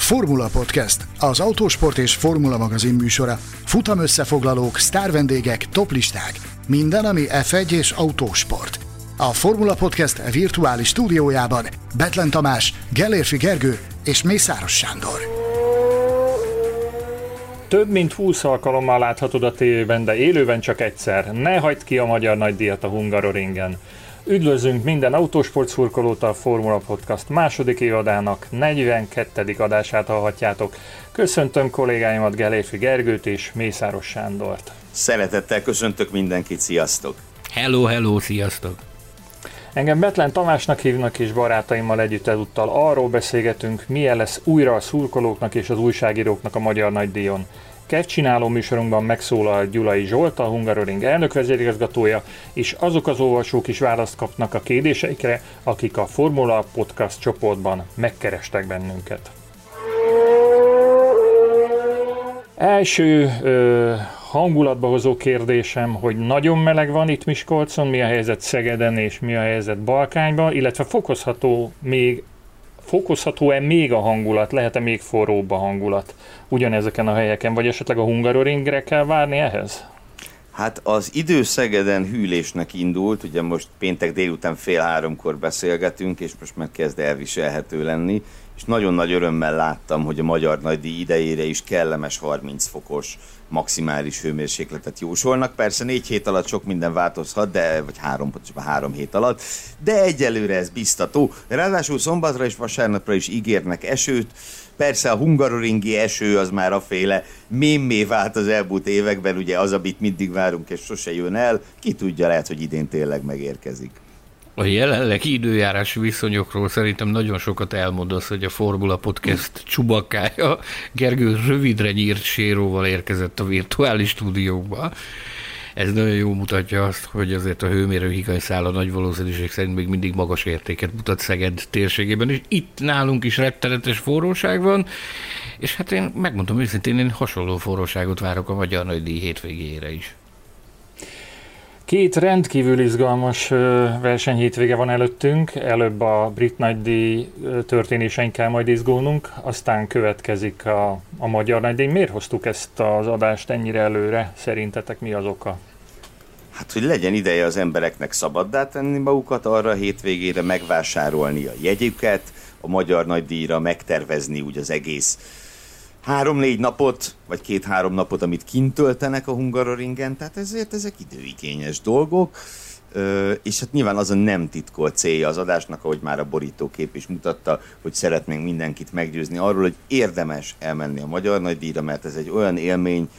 Formula Podcast, az autósport és formula magazin műsora. Futam összefoglalók, sztárvendégek, toplisták. Minden, ami F1 és autósport. A Formula Podcast virtuális stúdiójában Bethlen Tamás, Gellérfi Gergő és Mészáros Sándor. Több mint 20 alkalommal láthatod a tévében, de élőben csak egyszer. Ne hagyd ki a magyar nagydíjat a Hungaroringen. Üdvözlünk minden autósport szurkolót, a Formula Podcast második évadának 42. adását hallhatjátok. Köszöntöm kollégáimat, Gellérfi Gergőt és Mészáros Sándort. Szeretettel köszöntök mindenkit, sziasztok! Hello, sziasztok! Engem Bethlen Tamásnak hívnak, és barátaimmal együtt ezúttal arról beszélgetünk, milyen lesz újra a szurkolóknak és az újságíróknak a magyar nagydíjon. Kedvcsináló műsorunkban megszólal Gyulai Zsolt, a Hungaroring elnök vezérigazgatója, és azok az olvasók is választ kapnak a kérdéseikre, akik a Formula Podcast csoportban megkerestek bennünket. Első hangulatba hozó kérdésem, hogy nagyon meleg van itt Miskolcon, mi a helyzet Szegeden és mi a helyzet Balkányban, illetve fokozható-e még a hangulat, lehet-e még forróbb a hangulat ugyanezeken a helyeken, vagy esetleg a Hungaroringre kell várni ehhez? Hát az idő Szegeden hűlésnek indult, ugye most péntek délután 2:30 beszélgetünk, és most már kezd elviselhető lenni, és nagyon nagy örömmel láttam, hogy a magyar nagydíj idejére is kellemes 30 fokos maximális hőmérsékletet jósolnak. Persze 4 hét alatt sok minden változhat, vagy 3 hét alatt, de egyelőre ez biztató. Ráadásul szombatra és vasárnapra is ígérnek esőt. Persze a hungaroringi eső az már aféle mémmé vált az elmúlt években, ugye az, amit mindig várunk és sose jön el. Ki tudja, lehet, hogy idén tényleg megérkezik. A jelenlegi időjárási viszonyokról szerintem nagyon sokat elmond az, hogy a Formula Podcast csubakkája Gergő rövidre nyírt séróval érkezett a virtuális stúdiókba. Ez nagyon jól mutatja azt, hogy azért a hőmérő higanyszála nagy valószínűség szerint még mindig magas értéket mutat Szeged térségében, és itt nálunk is rettenetes forróság van, és hát én megmondom őszintén, én hasonló forróságot várok a magyar nagydíj hétvégére is. Két rendkívül izgalmas versenyhétvége van előttünk, előbb a brit nagydíj történéseinkkel majd izgulnunk, aztán következik a magyar nagydíj. Miért hoztuk ezt az adást ennyire előre? Szerintetek mi az oka? Hát, hogy legyen ideje az embereknek szabaddá tenni magukat arra a hétvégére, megvásárolni a jegyüket, a magyar nagydíjra megtervezni úgy az egész 3-4 napot, vagy 2-3 napot, amit kint töltenek a Hungaroringen, tehát ezért ezek időigényes dolgok, és hát nyilván az a nem titkolt célja az adásnak, ahogy már a borítókép is mutatta, hogy szeretnénk mindenkit meggyőzni arról, hogy érdemes elmenni a magyar nagydíjra, mert ez egy olyan élmény,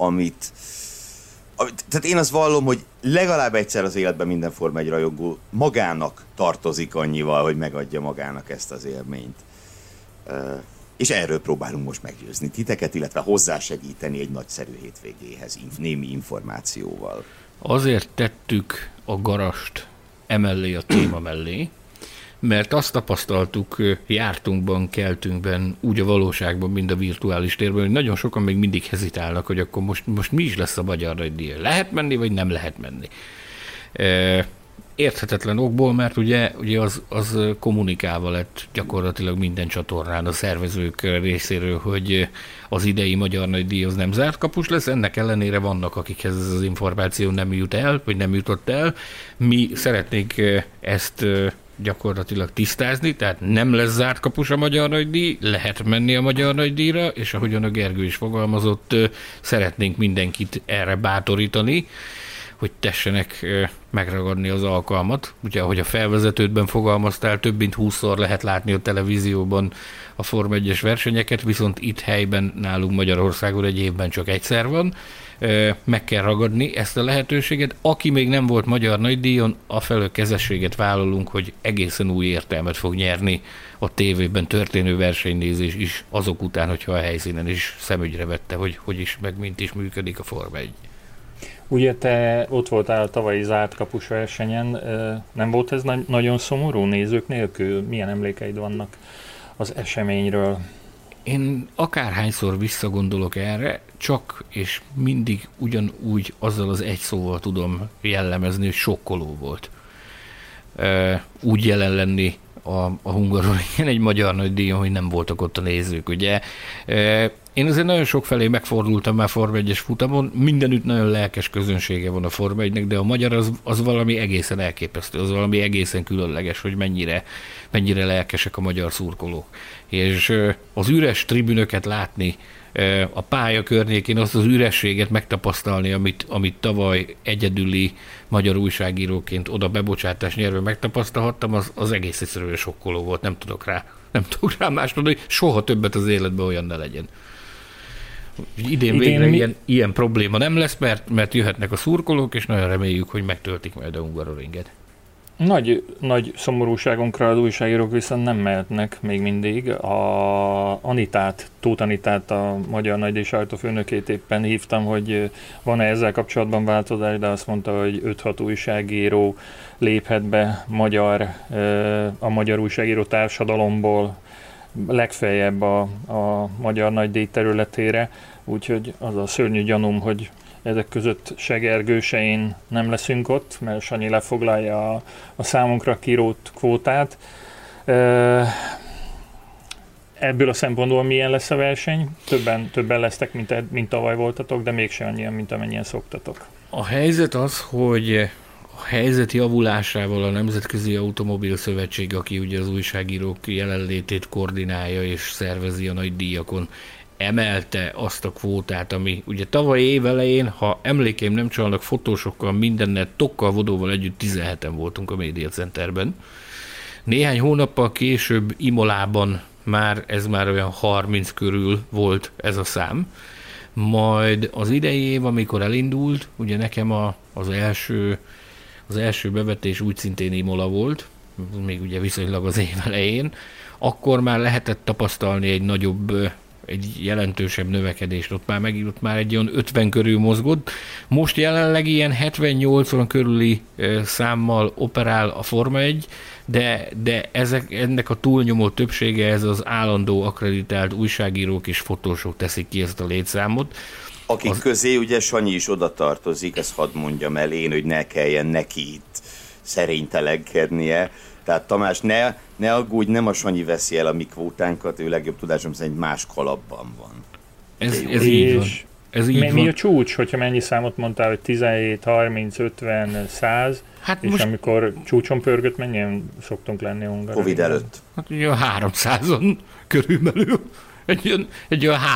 tehát én azt vallom, hogy legalább egyszer az életben minden Forma 1 rajongó magának tartozik annyival, hogy megadja magának ezt az élményt. És erről próbálunk most meggyőzni titeket, illetve hozzásegíteni egy nagyszerű hétvégéhez némi információval. Azért tettük a garast emellé a téma mellé, mert azt tapasztaltuk jártunkban, keltünkben, úgy a valóságban, mind a virtuális térben, hogy nagyon sokan még mindig hezitálnak, hogy akkor most mi is lesz a magyar nagydíj. Lehet menni, vagy nem lehet menni. Érthetetlen okból, mert ugye az kommunikálva lett gyakorlatilag minden csatornán a szervezők részéről, hogy az idei magyar nagydíj az nem zárt kapus lesz, ennek ellenére vannak, akikhez ez az információ nem jut el, vagy nem jutott el. Mi szeretnénk ezt gyakorlatilag tisztázni, tehát nem lesz zárt kapus a magyar nagydíj, lehet menni a magyar nagydíjra, és ahogyan a Gergő is fogalmazott, szeretnénk mindenkit erre bátorítani, hogy tessenek megragadni az alkalmat. Ugye, ahogy a felvezetődben fogalmaztál, több mint 20-szor lehet látni a televízióban a Forma 1-es versenyeket, viszont itt helyben nálunk Magyarországon egy évben csak egyszer van. Meg kell ragadni ezt a lehetőséget. Aki még nem volt magyar nagydíjon, afelől kezességet vállalunk, hogy egészen új értelmet fog nyerni a tévében történő versenynézés is, azok után, hogyha a helyszínen is szemügyre vette, hogy is, meg mint is működik a Forma 1. Ugye te ott voltál a tavalyi zárt kapus versenyen, nem volt ez nagyon szomorú nézők nélkül? Milyen emlékeid vannak az eseményről? Én akárhányszor visszagondolok erre, csak és mindig ugyanúgy azzal az egy szóval tudom jellemezni, hogy sokkoló volt. Úgy jelen lenni a Hungaroringen egy magyar nagydíjon, hogy nem voltak ott a nézők, ugye. Én azért nagyon sok felé megfordultam már Forma 1-es futamon, mindenütt nagyon lelkes közönsége van a Forma 1-nek, de a magyar az valami egészen elképesztő, az valami egészen különleges, hogy mennyire lelkesek a magyar szurkolók. És az üres tribünöket látni, a pálya környékén azt az ürességet megtapasztalni, amit tavaly egyedüli magyar újságíróként oda bebocsátás nyerve megtapasztalhattam, az egész egyszerűen sokkoló volt, nem tudok rá más mondani, hogy soha többet az életben olyan ne legyen. Idén végre ilyen probléma nem lesz, mert jöhetnek a szurkolók, és nagyon reméljük, hogy megtöltik majd a Hungaroringet. Nagy szomorúságunkra az újságírók viszont nem mehetnek még mindig. Tóth Anitát, a magyar nagydíj sajtófőnökét éppen hívtam, hogy van-e ezzel kapcsolatban változás, de azt mondta, hogy 5-6 újságíró léphet be a magyar újságíró társadalomból legfeljebb a magyar nagydíj területére, úgyhogy az a szörnyű gyanúm, hogy ezek között se Gergő, se én nem leszünk ott, mert Sanyi lefoglalja a számunkra kirótt kvótát. Ebből a szempontból milyen lesz a verseny? Többen lesztek, mint tavaly voltatok, de mégse annyian, mint amennyien szoktatok. A helyzet az, hogy a helyzet javulásával a Nemzetközi Automobil Szövetség, aki ugye az újságírók jelenlétét koordinálja és szervezi a nagy díjakon, emelte azt a kvótát, ami ugye tavaly év elején, ha emlékeim nem csalnak, fotósokkal, mindennel, Tokkal, Vodóval együtt 17-en voltunk a Média Centerben. Néhány hónappal később Imolában ez már olyan 30 körül volt ez a szám. Majd az idei év, amikor elindult, ugye nekem az első bevetés úgy szintén Imola volt, még ugye viszonylag az év elején, akkor már lehetett tapasztalni egy jelentősebb növekedést, ott már egy olyan 50 körül mozgott. Most jelenleg ilyen 70-80 körüli számmal operál a Forma 1, de ennek a túlnyomó többsége, ez az állandó akkreditált újságírók és fotósok teszik ki ezt a létszámot. Akik közé ugye Sanyi is oda tartozik, ezt hadd mondjam el én, hogy ne kelljen neki itt szerénytelenkednie. Tehát Tamás, ne aggódj, nem a Sanyi veszi el a mi kvótánkat, ő legjobb tudásom szerint más kalapban van. Ez így van. Mi a csúcs, hogyha mennyi számot mondtál, hogy 17, 30, 50, 100, hát és most amikor csúcson pörgött, mennyien szoktunk lenni Hungaroringen? Covid előtt. Hát ugye a 300-on körülbelül. Egy olyan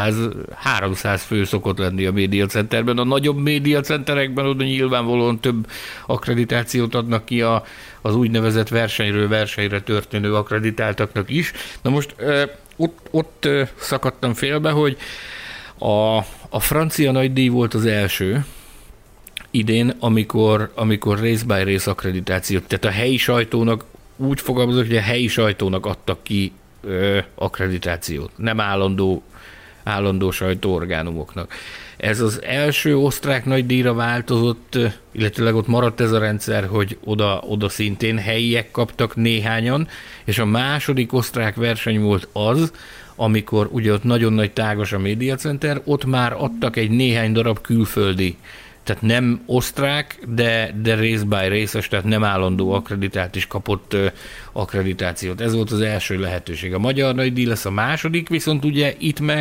300 fő szokott lenni a Média Centerben. A nagyobb média centerekben oda nyilvánvalóan több akkreditációt adnak ki az úgynevezett versenyre történő akkreditáltaknak is. Na most ott szakadtam félbe, hogy a francia nagydíj volt az első idén, amikor race by race akkreditációt, tehát a helyi sajtónak, úgy fogalmazok, hogy a helyi sajtónak adtak ki akkreditációt, nem állandó sajtóorgánumoknak. Ez az első osztrák nagydíjra változott, illetőleg ott maradt ez a rendszer, hogy oda szintén helyiek kaptak néhányan, és a második osztrák verseny volt az, amikor ugye ott nagyon nagy tágas a Média Center, ott már adtak egy néhány darab külföldi, tehát nem osztrák, de race by race-es, tehát nem állandó akkreditált is kapott akkreditációt. Ez volt az első lehetőség. A magyar nagydíj lesz a második, viszont ugye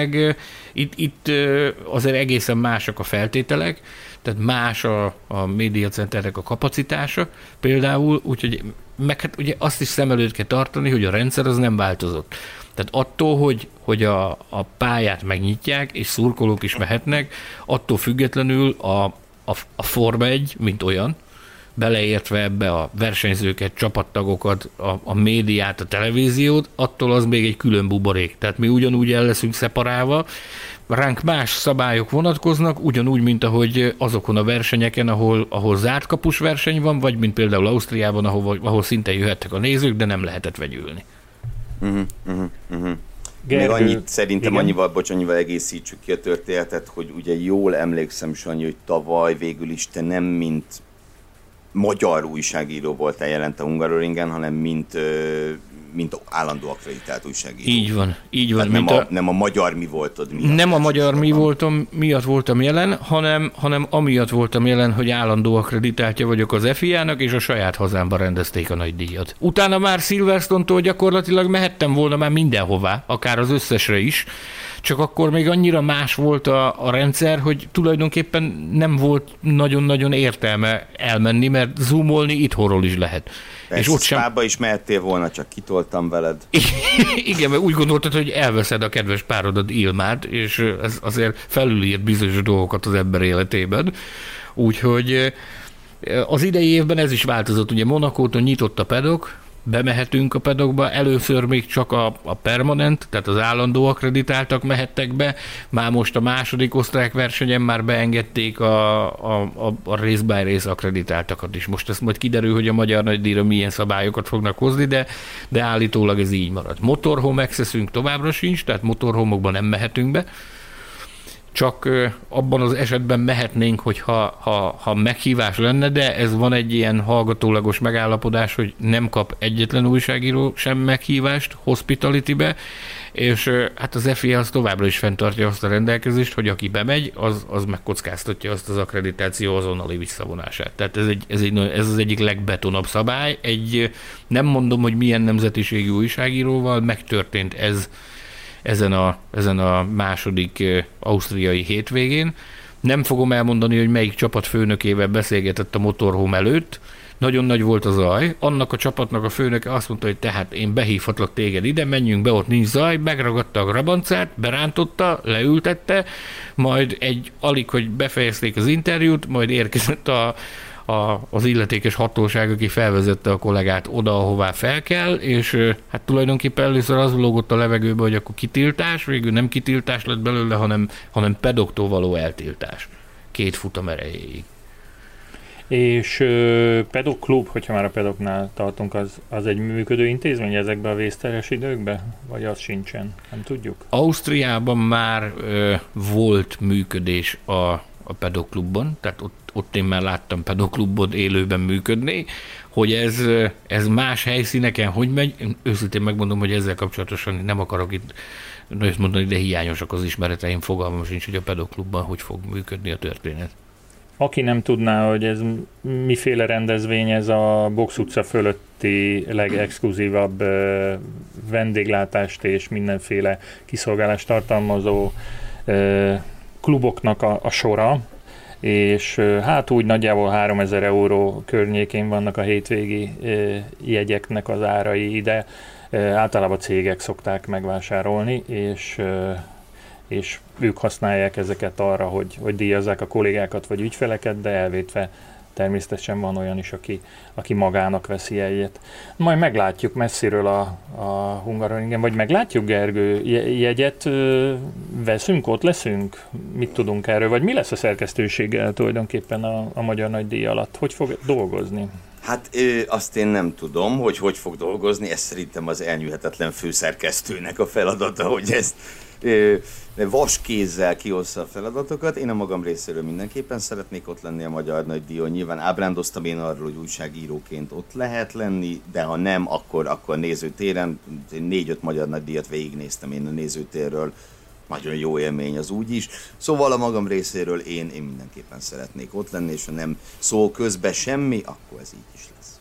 itt azért egészen másak a feltételek, tehát más a Média Centernek a kapacitása például, úgyhogy meg hát ugye azt is szem előtt kell tartani, hogy a rendszer az nem változott. Tehát attól, hogy a pályát megnyitják, és szurkolók is mehetnek, attól függetlenül a Forma 1, mint olyan, beleértve ebbe a versenyzőket, csapattagokat, a médiát, a televíziót, attól az még egy külön buborék. Tehát mi ugyanúgy el leszünk szeparálva, ránk más szabályok vonatkoznak, ugyanúgy, mint ahogy azokon a versenyeken, ahol zárt kapus verseny van, vagy mint például Ausztriában, ahol szinte jöhettek a nézők, de nem lehetett vegyülni. Még annyit szerintem annyival egészítsük ki a történetet, hogy ugye jól emlékszem, Sanyi, hogy tavaly végül is te nem mint magyar újságíró voltál jelent a Hungaroringen, hanem mint mint állandó akkreditált újságíró. Így van. Nem a magyar mi voltod miatt. Nem a magyar mi voltam miatt voltam jelen, hanem amiatt voltam jelen, hogy állandó akkreditáltja vagyok az FIA-nak, és a saját hazámban rendezték a nagy díjat. Utána már Silverstone-tól gyakorlatilag mehettem volna már mindenhová, akár az összesre is, csak akkor még annyira más volt a rendszer, hogy tulajdonképpen nem volt nagyon-nagyon értelme elmenni, mert zoomolni itthonról is lehet. És ott Spába is mehettél volna, csak kitoltam veled. Igen, mert úgy gondoltad, hogy elveszed a kedves párodat, Ilmát, és ez azért felülírt bizonyos dolgokat az ember életében. Úgyhogy az idei évben ez is változott. Ugye Monacótól nyitott a paddock, bemehetünk a paddockba, először még csak a permanent, tehát az állandó akkreditáltak mehettek be, már most a második osztrák versenyen már beengedték a race by race akkreditáltakat is. Most ezt majd kiderül, hogy a magyar nagydíjra milyen szabályokat fognak hozni, de állítólag ez így marad. Motorhome accessünk továbbra sincs, tehát motorhomokban nem mehetünk be, csak abban az esetben mehetnénk, ha meghívás lenne, de ez van egy ilyen hallgatólagos megállapodás, hogy nem kap egyetlen újságíró sem meghívást hospitality-be, és hát az FIA az továbbra is fenntartja azt a rendelkezést, hogy aki bemegy, az megkockáztatja azt az akkreditáció azonnali visszavonását. Tehát ez az egyik legbetonabb szabály. Nem mondom, hogy milyen nemzetiségű újságíróval megtörtént ez ezen a második ausztriai hétvégén. Nem fogom elmondani, hogy melyik csapat főnökével beszélgetett a motorhome előtt. Nagyon nagy volt a zaj. Annak a csapatnak a főnöke azt mondta, hogy tehát én behívhatlak téged ide, menjünk be, ott nincs zaj, megragadta a grabancát, berántotta, leültette, majd alig, hogy befejezték az interjút, majd érkezett az illetékes hatóság, aki felvezette a kollégát oda, ahová fel kell, és hát tulajdonképpen először az lógott a levegőbe, hogy akkor kitiltás, végül nem kitiltás lett belőle, hanem pedocktól való eltiltás. 2 futam erejéig. És Paddock Klub, hogyha már a Paddocknál tartunk, az egy működő intézmény ezekben a vészterhes időkben? Vagy az sincsen? Nem tudjuk. Ausztriában már volt működés a Paddock Klubban, tehát ott én már láttam Paddock Klubot élőben működni, hogy ez más helyszíneken hogy megy, én őszintén megmondom, hogy ezzel kapcsolatosan nem akarok itt nagyot mondani, de hiányosak az ismereteim, fogalmam sincs, hogy a Paddock Klubban hogy fog működni a történet. Aki nem tudná, hogy ez miféle rendezvény, ez a Box utca fölötti legexkluzívabb vendéglátást és mindenféle kiszolgálást tartalmazó kluboknak a sora, és hát úgy nagyjából 3000 euró környékén vannak a hétvégi jegyeknek az árai ide. Általában cégek szokták megvásárolni, és ők használják ezeket arra, hogy díjazzák a kollégákat vagy ügyfeleket, de elvétve természetesen van olyan is, aki magának veszi jegyet. Majd meglátjuk messziről a Hungaroringen, vagy meglátjuk, Gergő, jegyet veszünk, ott leszünk? Mit tudunk erről? Vagy mi lesz a szerkesztőséggel tulajdonképpen a Magyar Nagydíj alatt? Hogy fog dolgozni? Hát azt én nem tudom, hogy fog dolgozni, ez szerintem az elnyűhetetlen főszerkesztőnek a feladata, hogy ezt vaskézzel kiossza a feladatokat. Én a magam részéről mindenképpen szeretnék ott lenni a Magyar Nagydíjon. Nyilván ábrándoztam én arról, hogy újságíróként ott lehet lenni, de ha nem, akkor nézőtéren 4-5 Magyar Nagydíjat végignéztem én a nézőtérről. Nagyon jó élmény az úgy is. Szóval a magam részéről én mindenképpen szeretnék ott lenni, és ha nem szól közbe semmi, akkor ez így is lesz.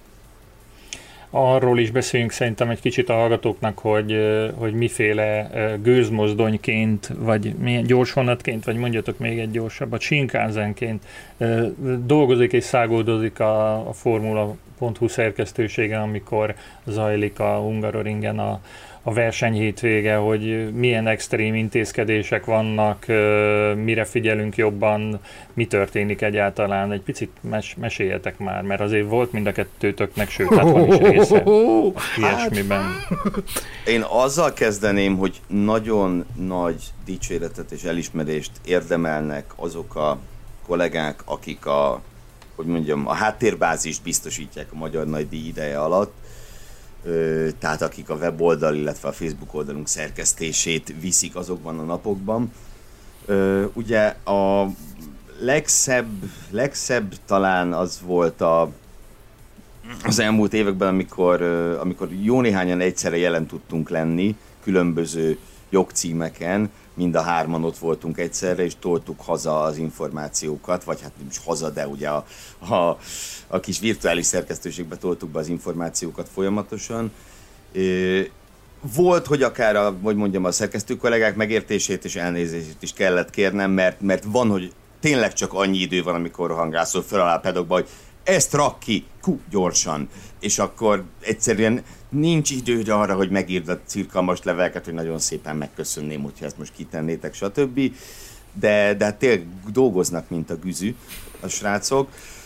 Arról is beszéljünk szerintem egy kicsit a hallgatóknak, hogy miféle gőzmozdonyként, vagy milyen gyorsvonatként, vagy mondjatok még egy gyorsabbat, Shinkansenként dolgozik és szágoldozik a Formula.hu szerkesztősége, amikor zajlik a Hungaroringen a verseny hétvége, hogy milyen extrém intézkedések vannak, mire figyelünk jobban, mi történik egyáltalán. Egy picit meséljetek már, mert azért volt mind a kettőtöknek, sőt, hát van is része ilyesmiben. Én azzal kezdeném, hogy nagyon nagy dicséretet és elismerést érdemelnek azok a kollégák, akik a háttérbázist biztosítják a Magyar Nagydíj ideje alatt, tehát akik a weboldal, illetve a Facebook oldalunk szerkesztését viszik azokban a napokban. Ugye a legszebb talán az volt az elmúlt években, amikor jó néhányan egyszerre jelen tudtunk lenni, különböző jogcímeken, mind a hárman ott voltunk egyszerre, és toltuk haza az információkat, vagy hát nem is haza, de ugye a kis virtuális szerkesztőségbe toltuk be az információkat folyamatosan. Volt, hogy akár a szerkesztő kollégák megértését és elnézését is kellett kérnem, mert van, hogy tényleg csak annyi idő van, amikor rohangászol fel alá a pedokba, hogy ezt rak ki, gyorsan. És akkor egyszerűen nincs időd arra, hogy megírd a cirkalmas leveleket, hogy nagyon szépen megköszönném, hogyha ezt most kitennétek, stb. De hát tényleg dolgoznak, mint a güzű a srácok.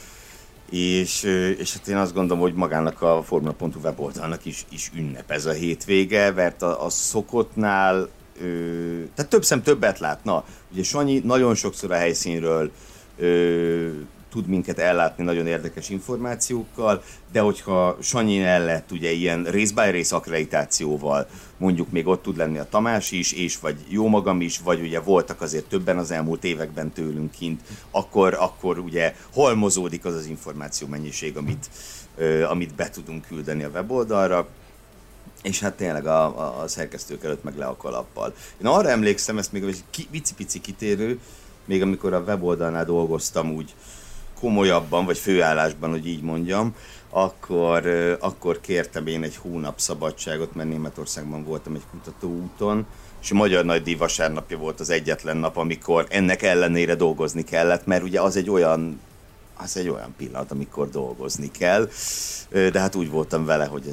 És hát én azt gondolom, hogy magának a Formula.hu weboldalnak is ünnep ez a hétvége, mert a szokottnál, tehát több szem többet lát. Na, ugye Sanyi nagyon sokszor a helyszínről tud minket ellátni nagyon érdekes információkkal, de hogyha Sanyi mellett ugye ilyen race-by-race akkreditációval mondjuk még ott tud lenni a Tamás is, és vagy jó magam is, vagy ugye voltak azért többen az elmúlt években tőlünk kint, akkor ugye halmozódik az információ mennyiség, amit be tudunk küldeni a weboldalra, és hát tényleg a szerkesztők előtt meg le a kalappal. Én arra emlékszem, ezt még egy pici kitérő, még amikor a weboldalnál dolgoztam úgy komolyabban, vagy főállásban, hogy így mondjam, akkor kértem én egy hónap szabadságot, mert Németországban voltam egy kutatóúton, és a Magyar Nagydíj vasárnapja volt az egyetlen nap, amikor ennek ellenére dolgozni kellett, mert ugye az egy olyan pillanat, amikor dolgozni kell, de hát úgy voltam vele, hogy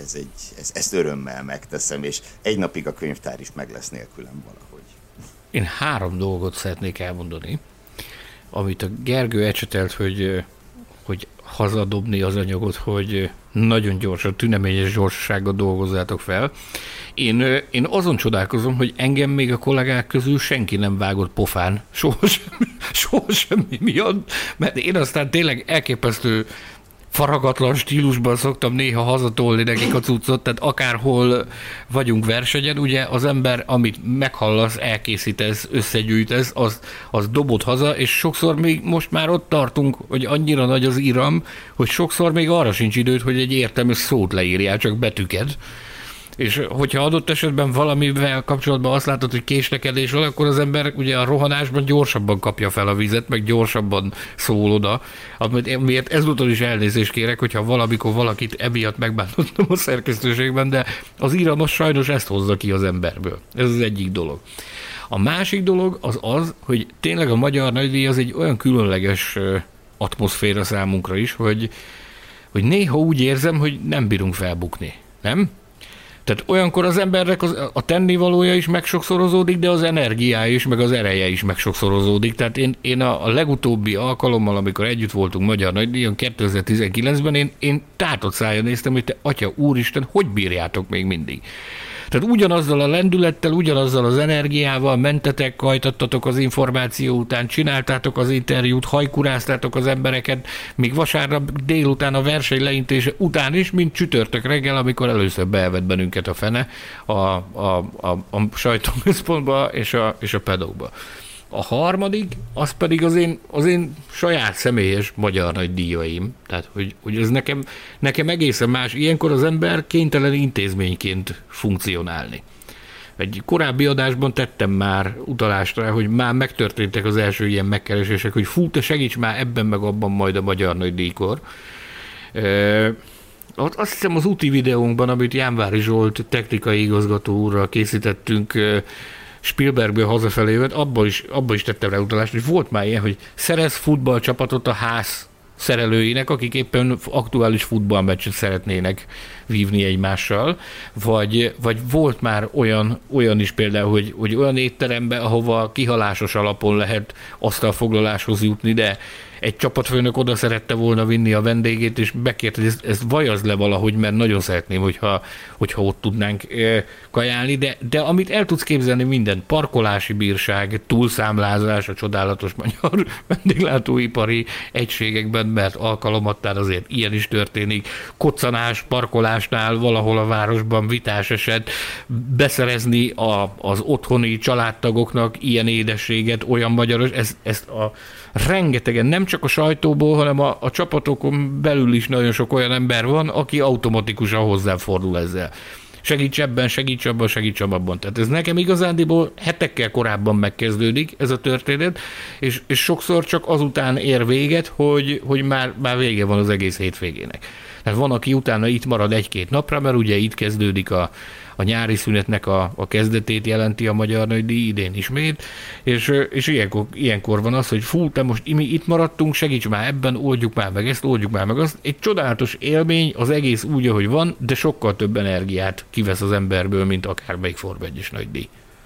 ezt örömmel megteszem, és egy napig a könyvtár is meg lesz nélkülem valahogy. Én 3 dolgot szeretnék elmondani, amit a Gergő ecsetelt, hogy hazadobni az anyagot, hogy nagyon gyorsan, tüneményes gyorsasággal dolgozzátok fel. Én azon csodálkozom, hogy engem még a kollégák közül senki nem vágott pofán, soha semmi miatt, mert én aztán tényleg elképesztő faragatlan stílusban szoktam néha hazatolni nekik a cuccot, tehát akárhol vagyunk versenyen, ugye az ember, amit meghallasz, elkészítesz, összegyűjtesz, az dobod haza, és sokszor még most már ott tartunk, hogy annyira nagy az iram, hogy sokszor még arra sincs időd, hogy egy értelmes szót leírjál, csak betűket. És hogyha adott esetben valamivel kapcsolatban azt látod, hogy késlekedés van, akkor az ember ugye a rohanásban gyorsabban kapja fel a vizet, meg gyorsabban szól oda. Miért ezúttal is elnézést kérek, hogyha valamikor valakit emiatt megbántottam a szerkesztőségben, de az íramos sajnos ezt hozza ki az emberből. Ez az egyik dolog. A másik dolog az, hogy tényleg a Magyar Nagydíj az egy olyan különleges atmoszféra számunkra is, hogy néha úgy érzem, hogy nem bírunk felbukni. Nem? Tehát olyankor az embernek a tennivalója is megsokszorozódik, de az energiája is, meg az ereje is megsokszorozódik. Tehát én a legutóbbi alkalommal, amikor együtt voltunk Magyar Nagydíjon 2019-ben, én tátott szájjal néztem, hogy te atya úristen, hogy bírjátok még mindig? Tehát ugyanazzal a lendülettel, ugyanazzal az energiával mentetek, hajtattatok az információ után, csináltátok az interjút, hajkuráztátok az embereket, még vasárnap délután a verseny leintése után is, mint csütörtök reggel, amikor először beelvett bennünket a fene a sajtóközpontba és a pedokba. A harmadik, az pedig az én saját személyes Magyar Nagydíjaim. Tehát, hogy ez nekem egészen más. Ilyenkor az ember kénytelen intézményként funkcionálni. Egy korábbi adásban tettem már utalást rá, hogy már megtörténtek az első ilyen megkeresések, hogy fú, te segíts már ebben meg abban majd a Magyar Nagydíjkor. Azt hiszem az úti videónkban, amit Jánvári Zsolt technikai igazgató úrral készítettünk, Spielbergből hazafelé jött, abban is tettem rá utalást, hogy volt már ilyen, hogy szerez futballcsapatot a ház szerelőinek, akik éppen aktuális futballmeccset szeretnének vívni egymással, vagy volt már olyan is például, hogy olyan étterembe, ahova kihalásos alapon lehet asztalfoglaláshoz jutni, de egy csapatfőnök oda szerette volna vinni a vendégét, és bekért, hogy ezt vajazd le valahogy, mert nagyon szeretném, hogyha ott tudnánk kajálni, de amit el tudsz képzelni, minden parkolási bírság, túlszámlázás a csodálatos magyar vendéglátóipari egységekben, mert alkalomattán azért ilyen is történik, koccanás, parkolásnál valahol a városban vitás eset, beszerezni az otthoni családtagoknak ilyen édességet, olyan magyaros, ezt a rengetegen, nem csak a sajtóból, hanem a csapatokon belül is nagyon sok olyan ember van, aki automatikusan hozzáfordul ezzel. Segíts ebben, segíts abban, segíts abban. Tehát ez nekem igazándiból hetekkel korábban megkezdődik ez a történet, és sokszor csak azután ér véget, hogy már vége van az egész hétvégének. Tehát van, aki utána itt marad 1-2 napra, mert ugye itt kezdődik a nyári szünetnek a kezdetét jelenti a Magyar Nagydíj idén ismét, és ilyenkor van az, hogy fú, te most mi itt maradtunk, segíts már ebben, oldjuk már meg ezt, oldjuk már meg azt. Egy csodálatos élmény, az egész úgy, ahogy van, de sokkal több energiát kivesz az emberből, mint akármelyik Forma 1-es nagydíj.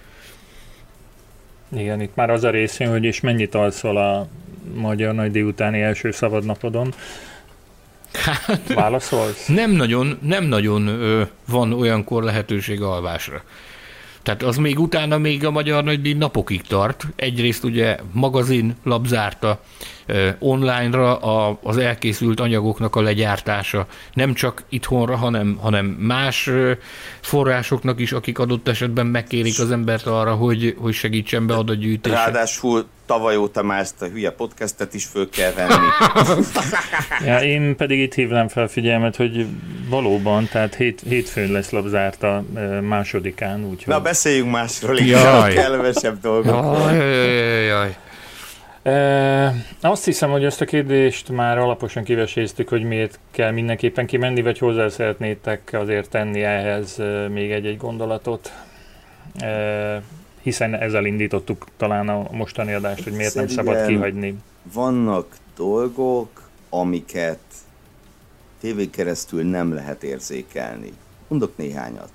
Igen, itt már az a részén, hogy és mennyit alszol a Magyar Nagydíj utáni első szabadnapodon. Válaszolsz? Nem nagyon van olyankor lehetőség alvásra. Tehát az még utána még a Magyar Nagydíj napokig tart. Egyrészt ugye magazin labzárta, online-ra az elkészült anyagoknak a legyártása, nem csak itthonra, hanem más forrásoknak is, akik adott esetben megkérik az embert arra, hogy segítsen be adatgyűjtésre. Ráadásul tavaly óta már ezt a hülye podcastet is föl kell venni. Ja, én pedig itt hívnám fel figyelmet, hogy valóban, tehát hétfőn lesz labzárta 2-án. Úgyhogy... Na, beszéljünk másról, inkább kellemesebb dolgokról. Jaj. Azt hiszem, hogy ezt a kérdést már alaposan kiveséztük, hogy miért kell mindenképpen kimenni, vagy hozzá szeretnétek azért tenni ehhez még egy gondolatot, hiszen ezzel indítottuk talán a mostani adást, hogy miért nem szabad kihagyni. Vannak dolgok, amiket tévén keresztül nem lehet érzékelni. Mondok néhányat.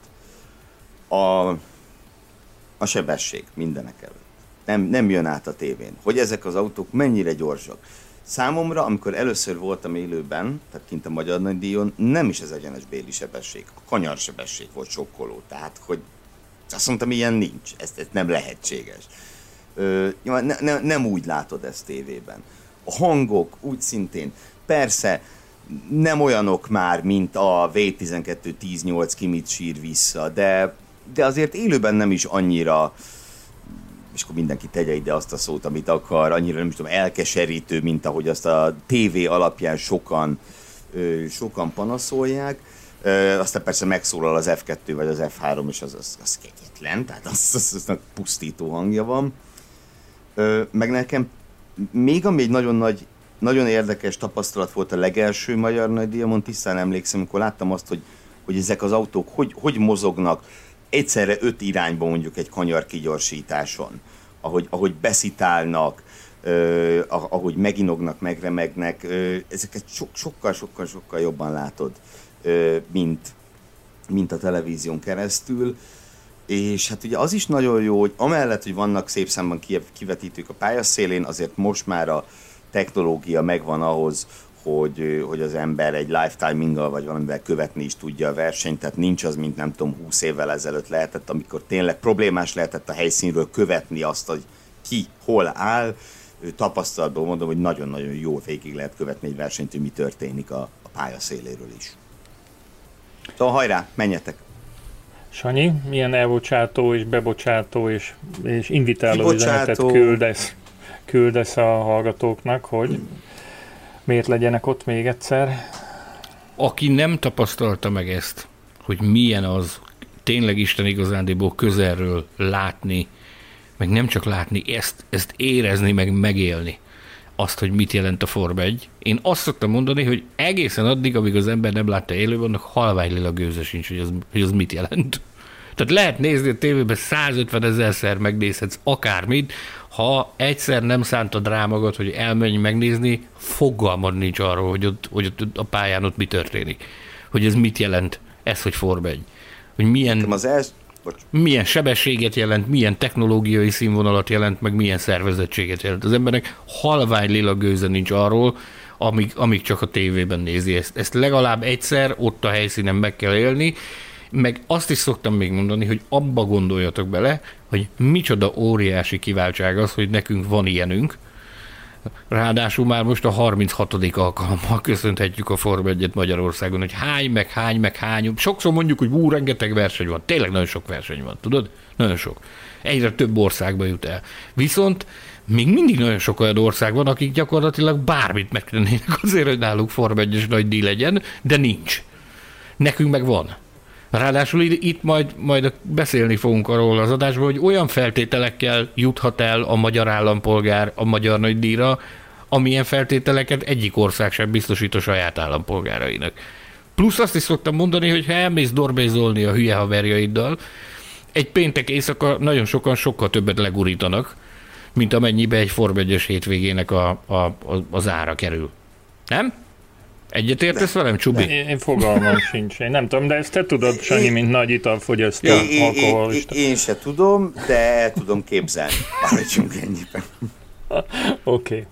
A sebesség mindenek előtt. Nem jön át a tévén. Hogy ezek az autók mennyire gyorsak. Számomra, amikor először voltam élőben, tehát kint a Magyar Nagydíjon, nem is az egyenes béli sebesség. A kanyarsebesség volt sokkoló. Tehát, hogy azt mondtam, ilyen nincs. Ez nem lehetséges. Nem úgy látod ezt tévében. A hangok úgy szintén. Persze, nem olyanok már, mint a V12 10.8 ki mit sír vissza, de azért élőben nem is annyira, és akkor mindenki tegye ide azt a szót, amit akar, annyira nem is tudom, elkeserítő, mint ahogy azt a tévé alapján sokan panaszolják. Aztán persze megszólal az F2 vagy az F3, és az kegyetlen, tehát aznak pusztító hangja van. Meg nekem még ami egy nagyon érdekes tapasztalat volt a legelső Magyar Nagydíjamon, tisztán emlékszem, amikor láttam azt, hogy ezek az autók hogy mozognak egyszerre 5 irányba mondjuk egy kanyar kigyorsításon, ahogy beszitálnak, ahogy meginognak, megremegnek, ezeket sokkal jobban látod, mint a televízión keresztül. És hát ugye az is nagyon jó, hogy amellett, hogy vannak szép számban kivetítők a pályaszélén, azért most már a technológia megvan ahhoz, hogy az ember egy live timinggal vagy valamivel követni is tudja a versenyt, tehát nincs az, mint nem tudom, 20 évvel ezelőtt lehetett, amikor tényleg problémás lehetett a helyszínről követni azt, hogy ki hol áll. Tapasztalatból mondom, hogy nagyon-nagyon jó végig lehet követni egy versenyt, hogy mi történik a pálya széléről is. Szóval hajrá, menjetek! Sanyi, milyen elbocsátó és bebocsátó és invitáló üzenetet küldesz a hallgatóknak, hogy miért legyenek ott még egyszer? Aki nem tapasztalta meg ezt, hogy milyen az tényleg Isten igazándiból közelről látni, meg nem csak látni, ezt érezni, meg megélni, azt, hogy mit jelent a Forma 1. Én azt szoktam mondani, hogy egészen addig, amíg az ember nem látta élőben, annak halványlila gőze sincs, hogy az mit jelent. Tehát lehet nézni a tévében 150 000-szer megnézhetsz akármit, ha egyszer nem szántad rá magad, hogy elmenj megnézni, fogalmad nincs arról, hogy ott a pályán ott mi történik. Hogy ez mit jelent, ez, hogy Forma 1. Hogy milyen sebességet jelent, milyen technológiai színvonalat jelent, meg milyen szervezettséget jelent. Az embernek halvány lila gőze nincs arról, amíg csak a tévében nézi ezt. Ezt legalább egyszer ott a helyszínen meg kell élni, meg azt is szoktam még mondani, hogy abba gondoljatok bele, hogy micsoda óriási kiváltság az, hogy nekünk van ilyenünk, Ráadásul már most a 36. alkalommal köszönhetjük a Forma 1-et Magyarországon, hogy hány. Sokszor mondjuk, hogy rengeteg verseny van. Tényleg nagyon sok verseny van, tudod? Nagyon sok. Egyre több országba jut el. Viszont még mindig nagyon sok olyan ország van, akik gyakorlatilag bármit megtennének azért, hogy náluk Forma 1-es nagy díj legyen, de nincs. Nekünk meg van. Ráadásul itt majd beszélni fogunk arról az adásban, hogy olyan feltételekkel juthat el a magyar állampolgár a magyar nagydíjra, amilyen feltételeket egyik ország sem biztosít a saját állampolgárainak. Plusz azt is szoktam mondani, hogy ha elmész dorbézolni a hülye haverjaiddal, egy péntek éjszaka nagyon sokan sokkal többet legurítanak, mint amennyibe egy Forma 1-es hétvégének az ára kerül. Nem? Egyetértesz velem, Csubi? Én fogalmam sincs. Én nem tudom, de ezt te tudod, Sanyi, mint nagy italfogyasztó, alkoholista. Én se tudom, de el tudom képzelni. Maradjunk ennyiben. Oké.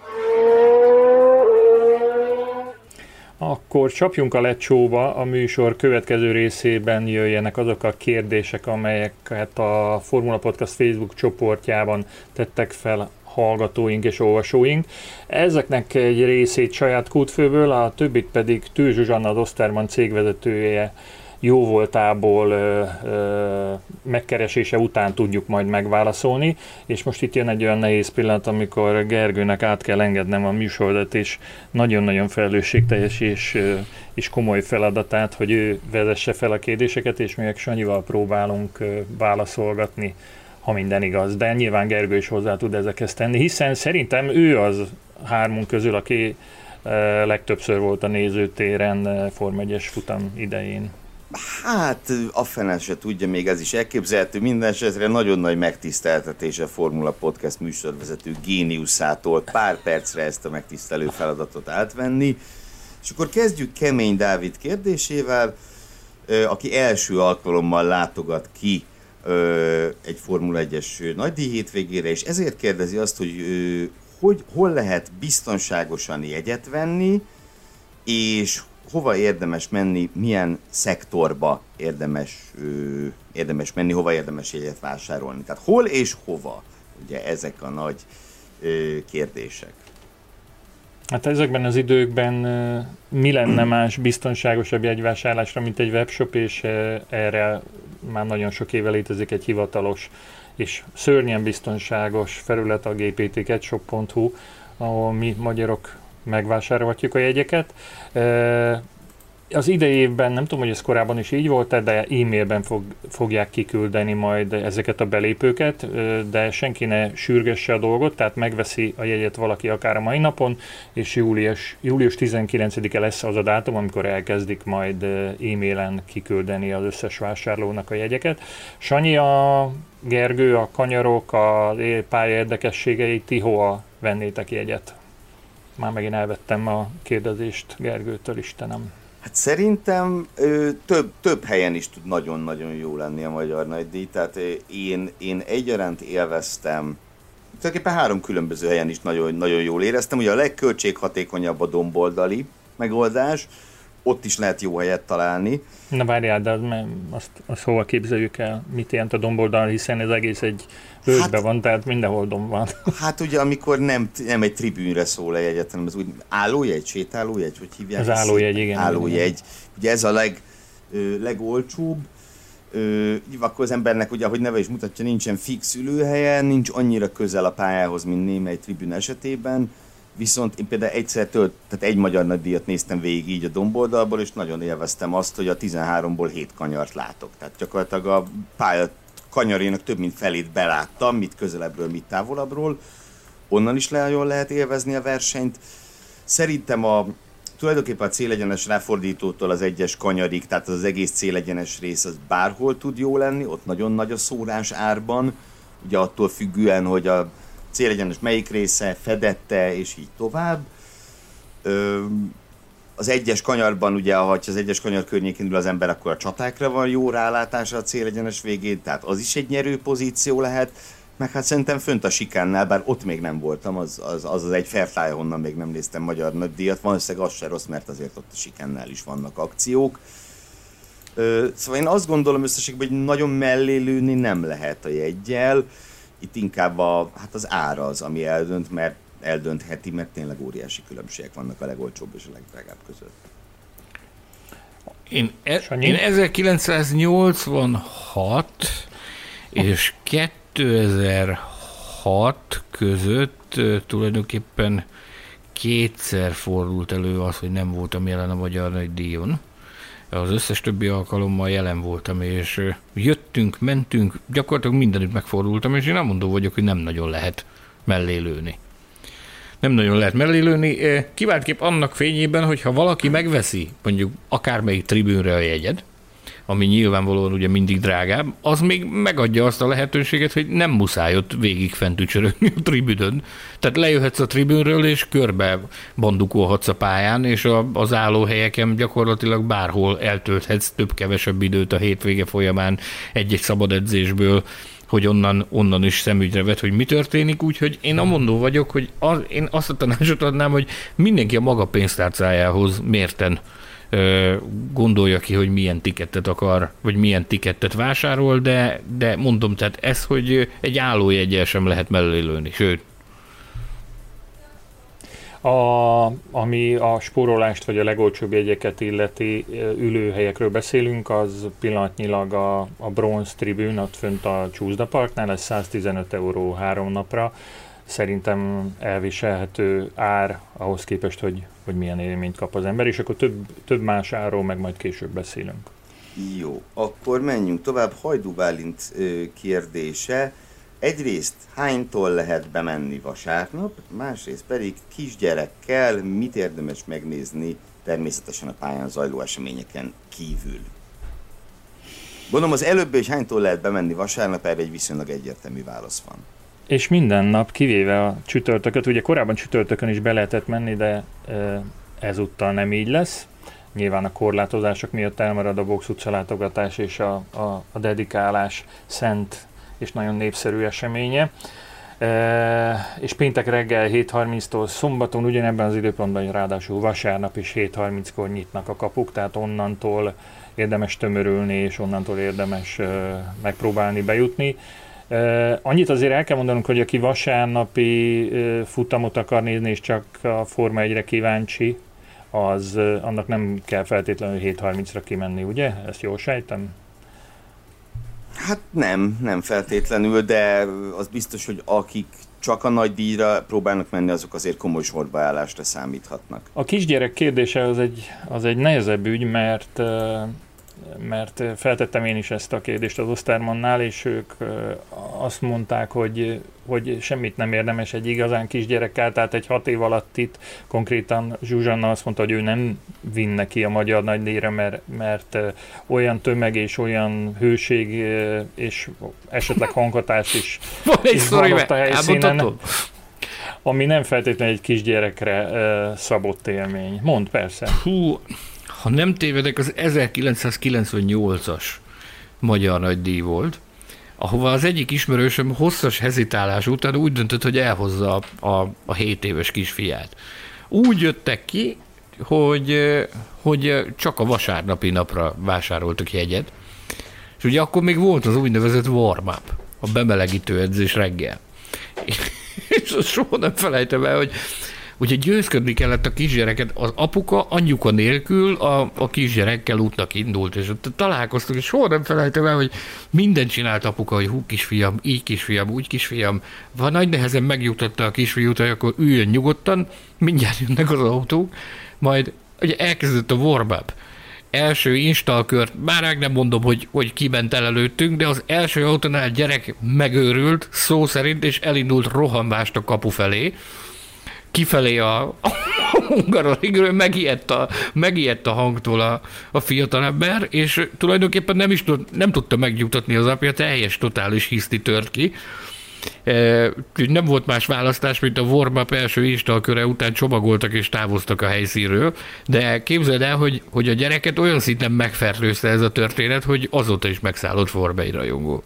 Akkor csapjunk a lecsóba, a műsor következő részében jöjjenek azok a kérdések, amelyeket a Formula Podcast Facebook csoportjában tettek fel hallgatóink és olvasóink. Ezeknek egy részét saját kútfőből, a többit pedig Tűz Zsuzsanna, az Ostermann cégvezetője jóvoltából megkeresése után tudjuk majd megválaszolni, és most itt jön egy olyan nehéz pillanat, amikor Gergőnek át kell engednem a műsorodat, és nagyon-nagyon felelősségteljes és komoly feladatát, hogy ő vezesse fel a kérdéseket, és még Sanyival próbálunk válaszolgatni, ha minden igaz. De nyilván Gergő is hozzá tud ezekhez tenni, hiszen szerintem ő az hármunk közül, aki legtöbbször volt a nézőtéren Forma 1-es futam idején. Hát a fene se tudja, még ez is elképzelhető. Minden esetre nagyon nagy megtiszteltetés a Formula Podcast műsorvezető géniuszától pár percre ezt a megtisztelő feladatot átvenni. És akkor kezdjük Kemény Dávid kérdésével, aki első alkalommal látogat ki egy Formula 1-es nagydíj hétvégére, és ezért kérdezi azt, hogy hol lehet biztonságosan jegyet venni, és hova érdemes menni, milyen szektorba érdemes menni, hova érdemes jegyet vásárolni. Tehát hol és hova? Ugye ezek a nagy kérdések. Hát ezekben az időkben mi lenne más biztonságosabb jegyvásárlásra, mint egy webshop, és erre már nagyon sok éve létezik egy hivatalos és szörnyen biztonságos felület, a gpt-ketshop.hu, ahol mi magyarok megvásárolhatjuk a jegyeket. Az idei évben, nem tudom, hogy ez korábban is így volt, de e-mailben fogják kiküldeni majd ezeket a belépőket, de senki ne sürgesse a dolgot, tehát megveszi a jegyet valaki akár a mai napon, és július 19-e lesz az a dátum, amikor elkezdik majd e-mailen kiküldeni az összes vásárlónak a jegyeket. Sanyi, a Gergő, a kanyarok, a pálya érdekességei, ti hova vennétek jegyet? Már megint elvettem a kérdezést Gergőtől, Istenem. Hát szerintem több helyen is tud nagyon-nagyon jó lenni a magyar nagydíj, tehát én egyaránt élveztem, tulajdonképpen 3 különböző helyen is nagyon jól éreztem. Ugye a legköltséghatékonyabb a domboldali megoldás, ott is lehet jó helyet találni. Na várjál, de azt hova képzeljük el? Mit jelent a domboldal, hiszen ez egész egy völgyben van, tehát mindenhol domb van. Hát ugye amikor nem egy tribűnre szól egy jegyet, hanem az úgy állójegy, sétálójegy, hogy hívják? Az állójegy, igen. Állójegy. Ugye ez a legolcsóbb. Akkor az embernek, ugye, ahogy neve is mutatja, nincsen fix ülőhelye, nincs annyira közel a pályához, mint némely tribűn esetében. Viszont én például tehát egy magyar nagydíjat néztem végig így a domboldalból, és nagyon élveztem azt, hogy a 13-ból 7 kanyart látok. Tehát gyakorlatilag a pálya kanyarének több mint felét beláttam, mit közelebbről, mit távolabbról. Onnan is jól lehet élvezni a versenyt. Szerintem tulajdonképpen a célegyenes ráfordítótól az egyes kanyarig, tehát az egész célegyenes rész az bárhol tud jó lenni, ott nagyon nagy a szórás árban, ugye attól függően, hogy a célegyenes melyik része, fedette, és így tovább. Az egyes kanyarban, ugye, ha az egyes kanyar környékén ül az ember, akkor a csatákra van jó rálátása a célegyenes végén, tehát az is egy nyerő pozíció lehet, meg hát szerintem fönt a sikánnál, bár ott még nem voltam, az egy Fairfly, honnan még nem néztem magyar nagydíjat, valószínűleg az se rossz, mert azért ott a sikánnál is vannak akciók. Szóval én azt gondolom összességben, hogy nagyon mellé lőni nem lehet a jeggyel, itt inkább az ára az, ami eldönt, mert eldöntheti, mert tényleg óriási különbségek vannak a legolcsóbb és a legdrágább között. Én 1986 és 2006 között tulajdonképpen kétszer fordult elő az, hogy nem voltam jelen a Magyar Nagydíjon. Az összes többi alkalommal jelen voltam, és jöttünk, mentünk, gyakorlatilag mindenütt megfordultam, és én nem mondó vagyok, hogy nem nagyon lehet mellé lőni. Nem nagyon lehet mellé lőni, kiváltképp annak fényében, hogyha valaki megveszi mondjuk akármelyik tribűnre a jegyed, ami nyilvánvalóan ugye mindig drágább, az még megadja azt a lehetőséget, hogy nem muszáj ott végig fent ücsörögni a tribünön. Tehát lejöhetsz a tribünről, és körbe bandukolhatsz a pályán, és az állóhelyeken gyakorlatilag bárhol eltölthetsz több-kevesebb időt a hétvége folyamán egy-egy szabad edzésből, hogy onnan is szemügyre vett, hogy mi történik, úgyhogy én amondó vagyok, hogy én azt a tanácsot adnám, hogy mindenki a maga pénztárcájához mérten gondolja ki, hogy milyen tikettet akar, vagy milyen tikettet vásárol, de mondom, tehát ez, hogy egy állójeggyel sem lehet mellé lőni, sőt. Ami a spórolást vagy a legolcsóbb jegyeket illeti ülőhelyekről beszélünk, az pillanatnyilag a Bronze Tribune, ott fönt a Csúszda Parknál, ez 115 € 3 napra. Szerintem elviselhető ár ahhoz képest, hogy milyen élményt kap az ember, és akkor több más árról meg majd később beszélünk. Jó, akkor menjünk tovább. Hajdú Bálint kérdése. Egyrészt hánytól lehet bemenni vasárnap, másrészt pedig kisgyerekkel mit érdemes megnézni természetesen a pályán zajló eseményeken kívül. Gondolom az előbb is hánytól lehet bemenni vasárnap, erre egy viszonylag egyértelmű válasz van. És minden nap, kivéve a csütörtököt, ugye korábban csütörtökön is be lehetett menni, de ezúttal nem így lesz. Nyilván a korlátozások miatt elmarad a Box utca látogatás és a dedikálás szent és nagyon népszerű eseménye. És péntek reggel 7:30-tól szombaton ugyanebben az időpontban, ráadásul vasárnap is 7:30-kor nyitnak a kapuk, tehát onnantól érdemes tömörülni, és onnantól érdemes megpróbálni bejutni. Annyit azért el kell mondanunk, hogy aki vasárnapi futamot akar nézni, és csak a Forma 1-re kíváncsi, annak nem kell feltétlenül 7:30-ra kimenni, ugye? Ezt jól sejtem? Hát nem feltétlenül, de az biztos, hogy akik csak a nagy díjra próbálnak menni, azok azért komoly sorbaállásra számíthatnak. A kisgyerek kérdése az egy nehezebb ügy, mert feltettem én is ezt a kérdést az Ostermannnál, és ők azt mondták, hogy semmit nem érdemes egy igazán kisgyerekkel, tehát egy 6 év alatt itt konkrétan Zsuzsanna azt mondta, hogy ő nem vinne ki a Magyar Nagydíjra, mert olyan tömeg és olyan hőség és esetleg hanghatás is van ott a helyszínen, ami nem feltétlenül egy kisgyerekre szabott élmény. Mondd, persze. Ha nem tévedek, az 1998-as Magyar Nagydíj volt, ahova az egyik ismerősöm hosszas hezitálás után úgy döntött, hogy elhozza a 7 éves kisfiát. Úgy jöttek ki, hogy csak a vasárnapi napra vásároltak jegyet, és ugye akkor még volt az úgynevezett warm-up, a bemelegítő edzés reggel. És azt soha nem felejtem el, hogy ugye győzködni kellett a kisgyereket, az apuka anyuka nélkül a kisgyerekkel útnak indult, és ott találkoztunk, és soha nem felejtem el, hogy mindent csinált apuka, hogy hú kisfiam, így kisfiam, úgy kisfiam, van nagy nehezen megnyugtatta a kisfiút, hogy akkor üljön nyugodtan, mindjárt jönnek az autók, majd ugye elkezdett a warm-up. Első installkört, már nem mondom, hogy kiment el előttünk, de az első autónál gyerek megőrült, szó szerint, és elindult rohanvást a kapu felé, kifelé a Hungaroringről, megijedt a hangtól a fiatalember, és tulajdonképpen nem tudta megnyugtatni az apja, teljes totális hiszti tört ki. Nem volt más választás, mint a warm-up első installköre után csomagoltak és távoztak a helyszínről, de képzeld el, hogy a gyereket olyan szinten megfertőzte ez a történet, hogy azóta is megszállott Forma 1 rajongó.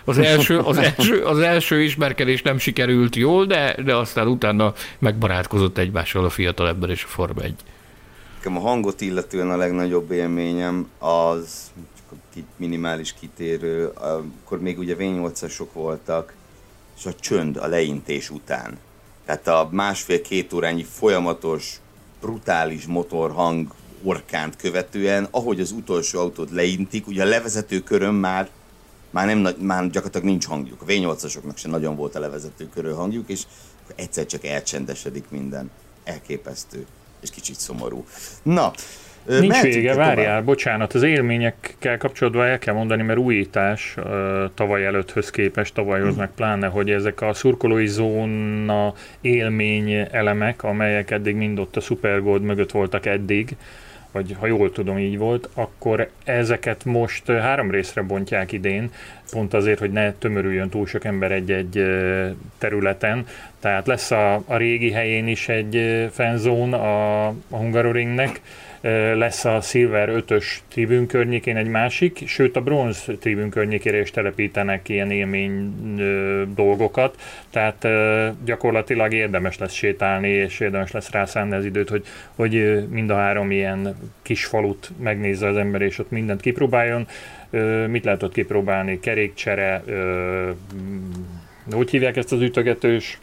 Az első ismerkedés nem sikerült jól, de aztán utána megbarátkozott egymással a fiatalember és a Forma 1. A hangot illetően a legnagyobb élményem az, csak minimális kitérő, akkor még ugye V8-asok voltak, és a csönd a leintés után. Tehát a másfél-két órányi folyamatos, brutális motorhang orkánt követően, ahogy az utolsó autót leintik, ugye a levezető körön már gyakorlatilag nincs hangjuk. A V8-asoknak sem nagyon volt a levezető körön hangjuk, és egyszer csak elcsendesedik minden. Elképesztő, és kicsit szomorú. Na, nincs vége, várjál, bocsánat, az élményekkel kapcsolatban el kell mondani, mert újítás tavaly előtthöz képest, tavalyhoz meg pláne, hogy ezek a szurkolói zóna élmény elemek, amelyek eddig mind ott a Supergold mögött voltak eddig, vagy ha jól tudom, így volt, akkor ezeket most 3 részre bontják idén, pont azért, hogy ne tömörüljön túl sok ember egy-egy területen. Tehát lesz a régi helyén is egy fanzone a Hungaroringnek, lesz a Silver 5-ös tribűn környékén egy másik, sőt a Bronz tribűn környékére is telepítenek ilyen élmény dolgokat, tehát gyakorlatilag érdemes lesz sétálni, és érdemes lesz rászánni az időt, hogy mind a 3 ilyen kis falut megnézze az ember, és ott mindent kipróbáljon. Mit lehet ott kipróbálni? Kerékcsere, hogy hívják ezt az ütögetős?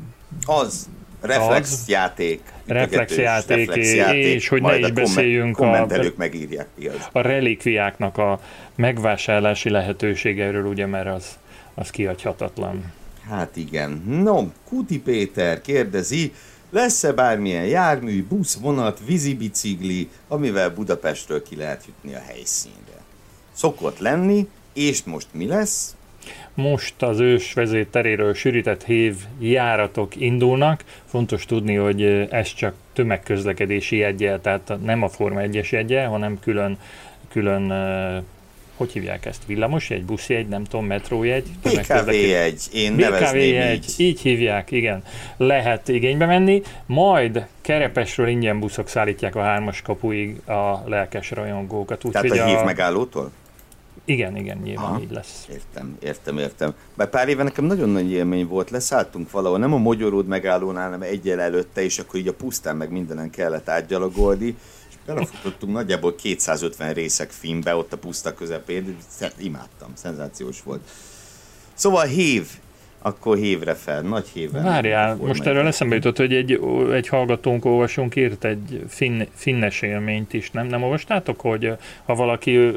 Reflexjáték. Reflexjáték, és hogy ne is beszéljünk kommentelők megírják. Igaz. A relikviáknak a megvásárlási lehetőségéről, ugye, mert az kihagyhatatlan. Hát igen. No, Kuti Péter kérdezi, lesz-e bármilyen jármű, busz, vonat, vízibicikli, amivel Budapestről ki lehet jutni a helyszínre? Szokott lenni, és most mi lesz? Most az ős vezér teréről sűrített hév járatok indulnak. Fontos tudni, hogy ez csak tömegközlekedési jeggyel, tehát nem a Forma 1-es jeggyel, hanem külön hogy hívják ezt? Villamosjegy, buszjegy, nem tudom, metrójegy? BKV-jegy, én nevezném így hívják, igen. Lehet igénybe menni, majd Kerepesről ingyen buszok szállítják a 3-as kapuig a lelkes rajongókat. Tehát a hív megállótól? Igen, nyilván így lesz. Értem. Bár pár éve nekem nagyon nagy élmény volt, leszálltunk valahol, nem a Mogyoród megállónál, hanem egyel előtte, és akkor így a pusztán meg mindenen kellett átgyalogolni, és belefutottunk nagyjából 250 részek filmbe, ott a puszta közepén, imádtam, szenzációs volt. Szóval hév, akkor hévre fel, nagy hévre. Várjál, most erről eszembe jutott, hogy egy hallgatónk, olvasónk írt egy finnes élményt is, nem olvastátok, hogy ha valaki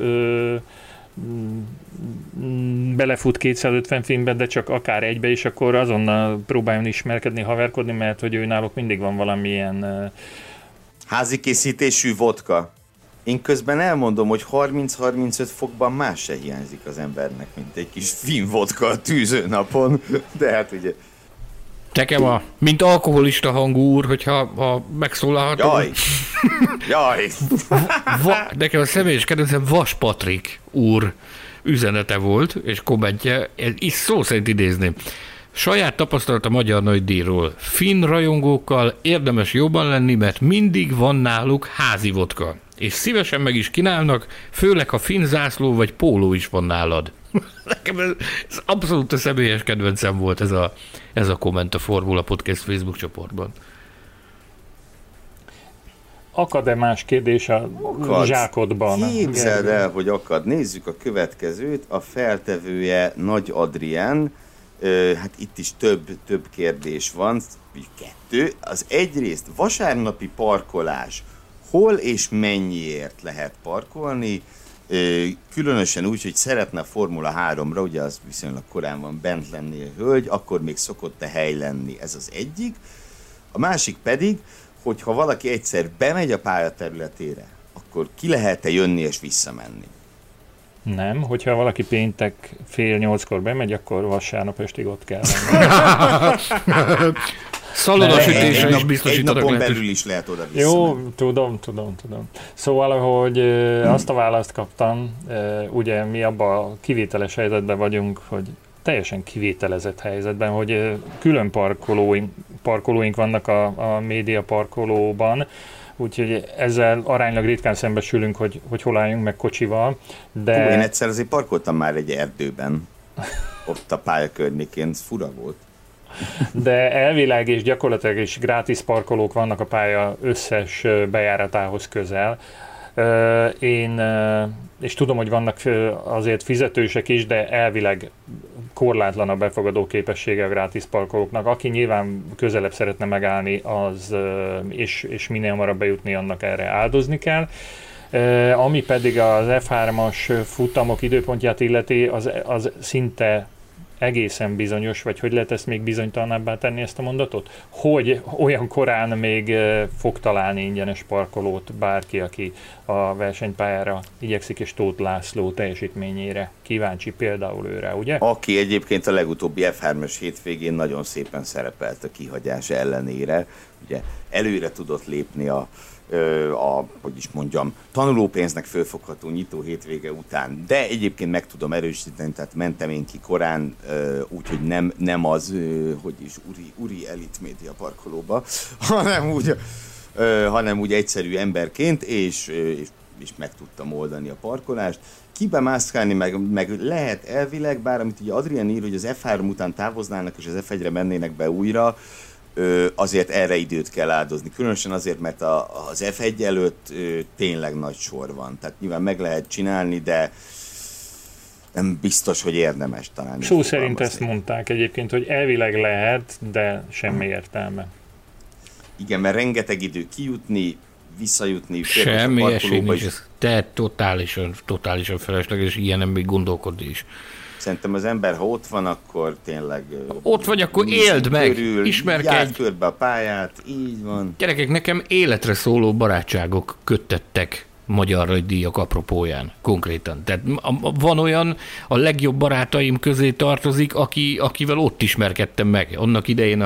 belefut 250 filmbe, de csak akár egybe is, akkor azonnal próbáljon ismerkedni, haverkodni, mert hogy ő náluk mindig van valamilyen házi készítésű vodka. Én közben elmondom, hogy 30-35 fokban más se hiányzik az embernek, mint egy kis finn vodka a tűzőnapon, de hát ugye... Nekem mint alkoholista hangú úr, hogyha megszólalhatom. Jaj! Nekem a személyes kedvencem Vas Patrik úr üzenete volt, és kommentje, is szó szerint idézném. Saját tapasztalat a magyar nagydíjról. Finn rajongókkal érdemes jobban lenni, mert mindig van náluk házi vodka. És szívesen meg is kínálnak, főleg ha finn zászló vagy póló is van nálad. Nekem ez abszolút a személyes kedvencem volt ez a komment a Formula Podcast Facebook csoportban. Akad-e más kérdés a zsákodban? Képzeld el, hogy akad. Nézzük a következőt. A feltevője Nagy Adrien. Hát itt is több kérdés van. 2. Az egyrészt vasárnapi parkolás. Hol és mennyiért lehet parkolni? Különösen úgy, hogy szeretne a Formula 3-ra, ugye az viszonylag korán van bent lenni a hölgy, akkor még szokott a hely lenni. Ez az egyik. A másik pedig, hogy ha valaki egyszer bemegy a pályaterületére, akkor ki lehet-e jönni és visszamenni? Nem, hogyha valaki péntek 7:30 bemegy, akkor vasárnap estig ott kell lenni. Szalonasütésre is biztosítanak. Egy napon belül is lehet oda visszamenni. Jó, tudom. Szóval, hogy azt a választ kaptam, ugye mi abban a kivételes helyzetben vagyunk, hogy teljesen kivételezett helyzetben, hogy külön parkolóink vannak a média parkolóban, úgyhogy ezzel aránylag ritkán szembesülünk, hogy hol álljunk meg kocsival. De... Én egyszer azért parkoltam már egy erdőben, ott a pálya környékén, ez fura volt. De elvileg és gyakorlatilag is grátis parkolók vannak a pálya összes bejáratához közel. Én és tudom, hogy vannak azért fizetősek is, de elvileg korlátlan a befogadó képessége a grátis parkolóknak. Aki nyilván közelebb szeretne megállni, az, és minél hamarabb bejutni, annak erre áldozni kell. Ami pedig az F3-as futamok időpontját illeti, az szinte egészen bizonyos, vagy hogy lehet ezt még bizonytalanabbá tenni, ezt a mondatot? Hogy olyan korán még fog találni ingyenes parkolót bárki, aki a versenypályára igyekszik, és Tóth László teljesítményére kíváncsi például őre, ugye? Aki egyébként a legutóbbi F3-as hétvégén nagyon szépen szerepelt a kihagyás ellenére, ugye előre tudott lépni a hogy is mondjam, tanulópénznek fölfogható nyitó hétvége után, de egyébként meg tudom erősíteni, tehát mentem én ki korán, úgyhogy nem az, hogy is Uri Elite Média parkolóba, hanem úgy egyszerű emberként, és meg tudtam oldani a parkolást. Kibemászkálni meg lehet elvileg, bár amit ugye Adrián ír, hogy az F3 után távoznának, és az F1-re mennének be újra, azért erre időt kell áldozni. Különösen azért, mert az F1 előtt tényleg nagy sor van. Tehát nyilván meg lehet csinálni, de nem biztos, hogy érdemes talán. Szó szerint ezt mondták egyébként, hogy elvileg lehet, de semmi értelme. Igen, mert rengeteg idő kijutni, visszajutni. Semmi esély nincs, te totálisan felesleges, ilyen nem még gondolkodni is. Szerintem az ember, ha ott van, akkor tényleg... Ott vagy, akkor éld meg, ismerkedj. Járd körbe a pályát, így van. Gyerekek, nekem életre szóló barátságok köttettek magyar nagydíjak apropóján, konkrétan. Tehát van olyan, a legjobb barátaim közé tartozik, akivel ott ismerkedtem meg. Annak idején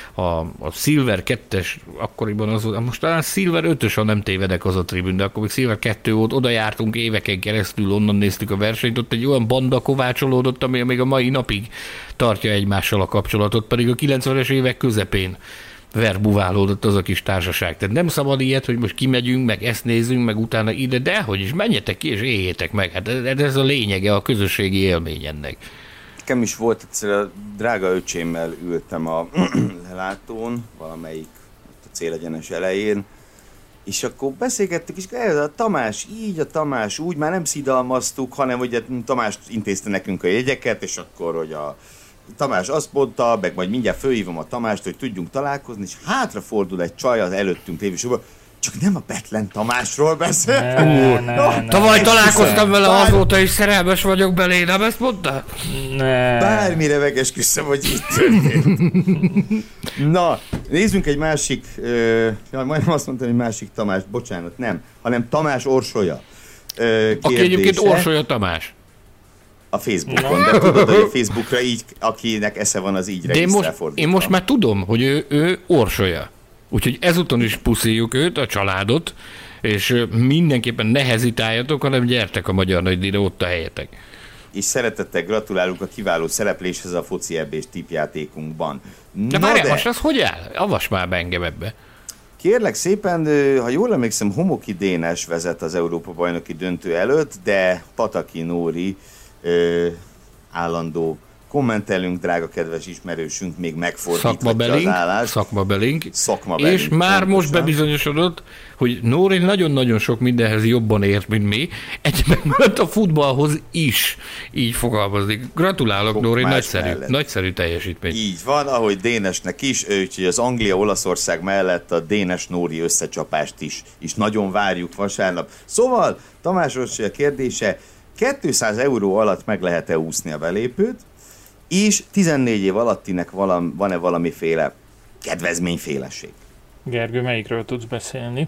a Silver 2-es, akkoriban az volt, most talán Silver 5-ös, ha nem tévedek, az a tribün, de akkor még Silver 2 volt, oda jártunk éveken keresztül, onnan néztük a versenyt, ott egy olyan banda kovácsolódott, ami még a mai napig tartja egymással a kapcsolatot, pedig a 90-es évek közepén verbuválódott az a kis társaság. Tehát nem szabad ilyet, hogy most kimegyünk, meg ezt nézzünk, meg utána ide, de hogy is menjetek ki, és éljétek meg. Hát ez a lényege, a közösségi élmény ennek. Nekem is volt egyszer, a drága öcsémmel ültem a lelátón, valamelyik a célegyenes elején, és akkor beszélgettük, és ez a Tamás így, a Tamás úgy, már nem szidalmaztuk, hanem ugye Tamás intézte nekünk a jegyeket, és akkor, hogy a Tamás azt mondta, meg majd mindjárt fölhívom a Tamást, hogy tudjunk találkozni, és hátrafordul egy csaj az előttünk lévő sorban, csak nem a Betlen Tamásról beszél. Tavaly találkoztam vele, azóta is szerelmes vagyok belé, nem ezt mondta? Bármire megesküszöm, hogy így történt. Na, nézzünk egy másik, majdnem azt mondtam, hogy másik Tamás, bocsánat, nem, hanem Tamás Orsolya kérdése. Aki egyébként Orsolya Tamás. A Facebookon, de tudod, hogy a Facebookra így, akinek esze van, az így regisztrál fordítva. Én most már tudom, hogy ő Orsolya. Úgyhogy ezúton is puszíjuk őt, a családot, és mindenképpen ne hezitáljatok, hanem gyertek a Magyar Nagydíjra, ott a helyetek. És szeretettel gratulálunk a kiváló szerepléshez a foci EB-s tippjátékunkban. De várjál, most az hogy áll? Avass már be engem ebbe. Kérlek szépen, ha jól emlékszem, Homoki Dénes vezet az Európa-bajnoki döntő előtt, de Pataki Nóri állandó kommentelünk, drága kedves ismerősünk, még megfordíthatja az állást. Szakmabelink. És már pontosan. Most bebizonyosodott, hogy Nóri nagyon-nagyon sok mindenhez jobban ért, mint mi. Egyébként a futballhoz is így fogalmazik. Gratulálok, Nóri, nagyszerű teljesítmény. Így van, ahogy Dénesnek is, úgyhogy az Anglia-Olaszország mellett a Dénes-Nóri összecsapást is nagyon várjuk vasárnap. Szóval, Tamás Orsolya kérdése, 200 euró alatt meg lehet-e úszni a belépőt, és 14 év alattinek van-e valamiféle kedvezményféleség? Gergő, melyikről tudsz beszélni?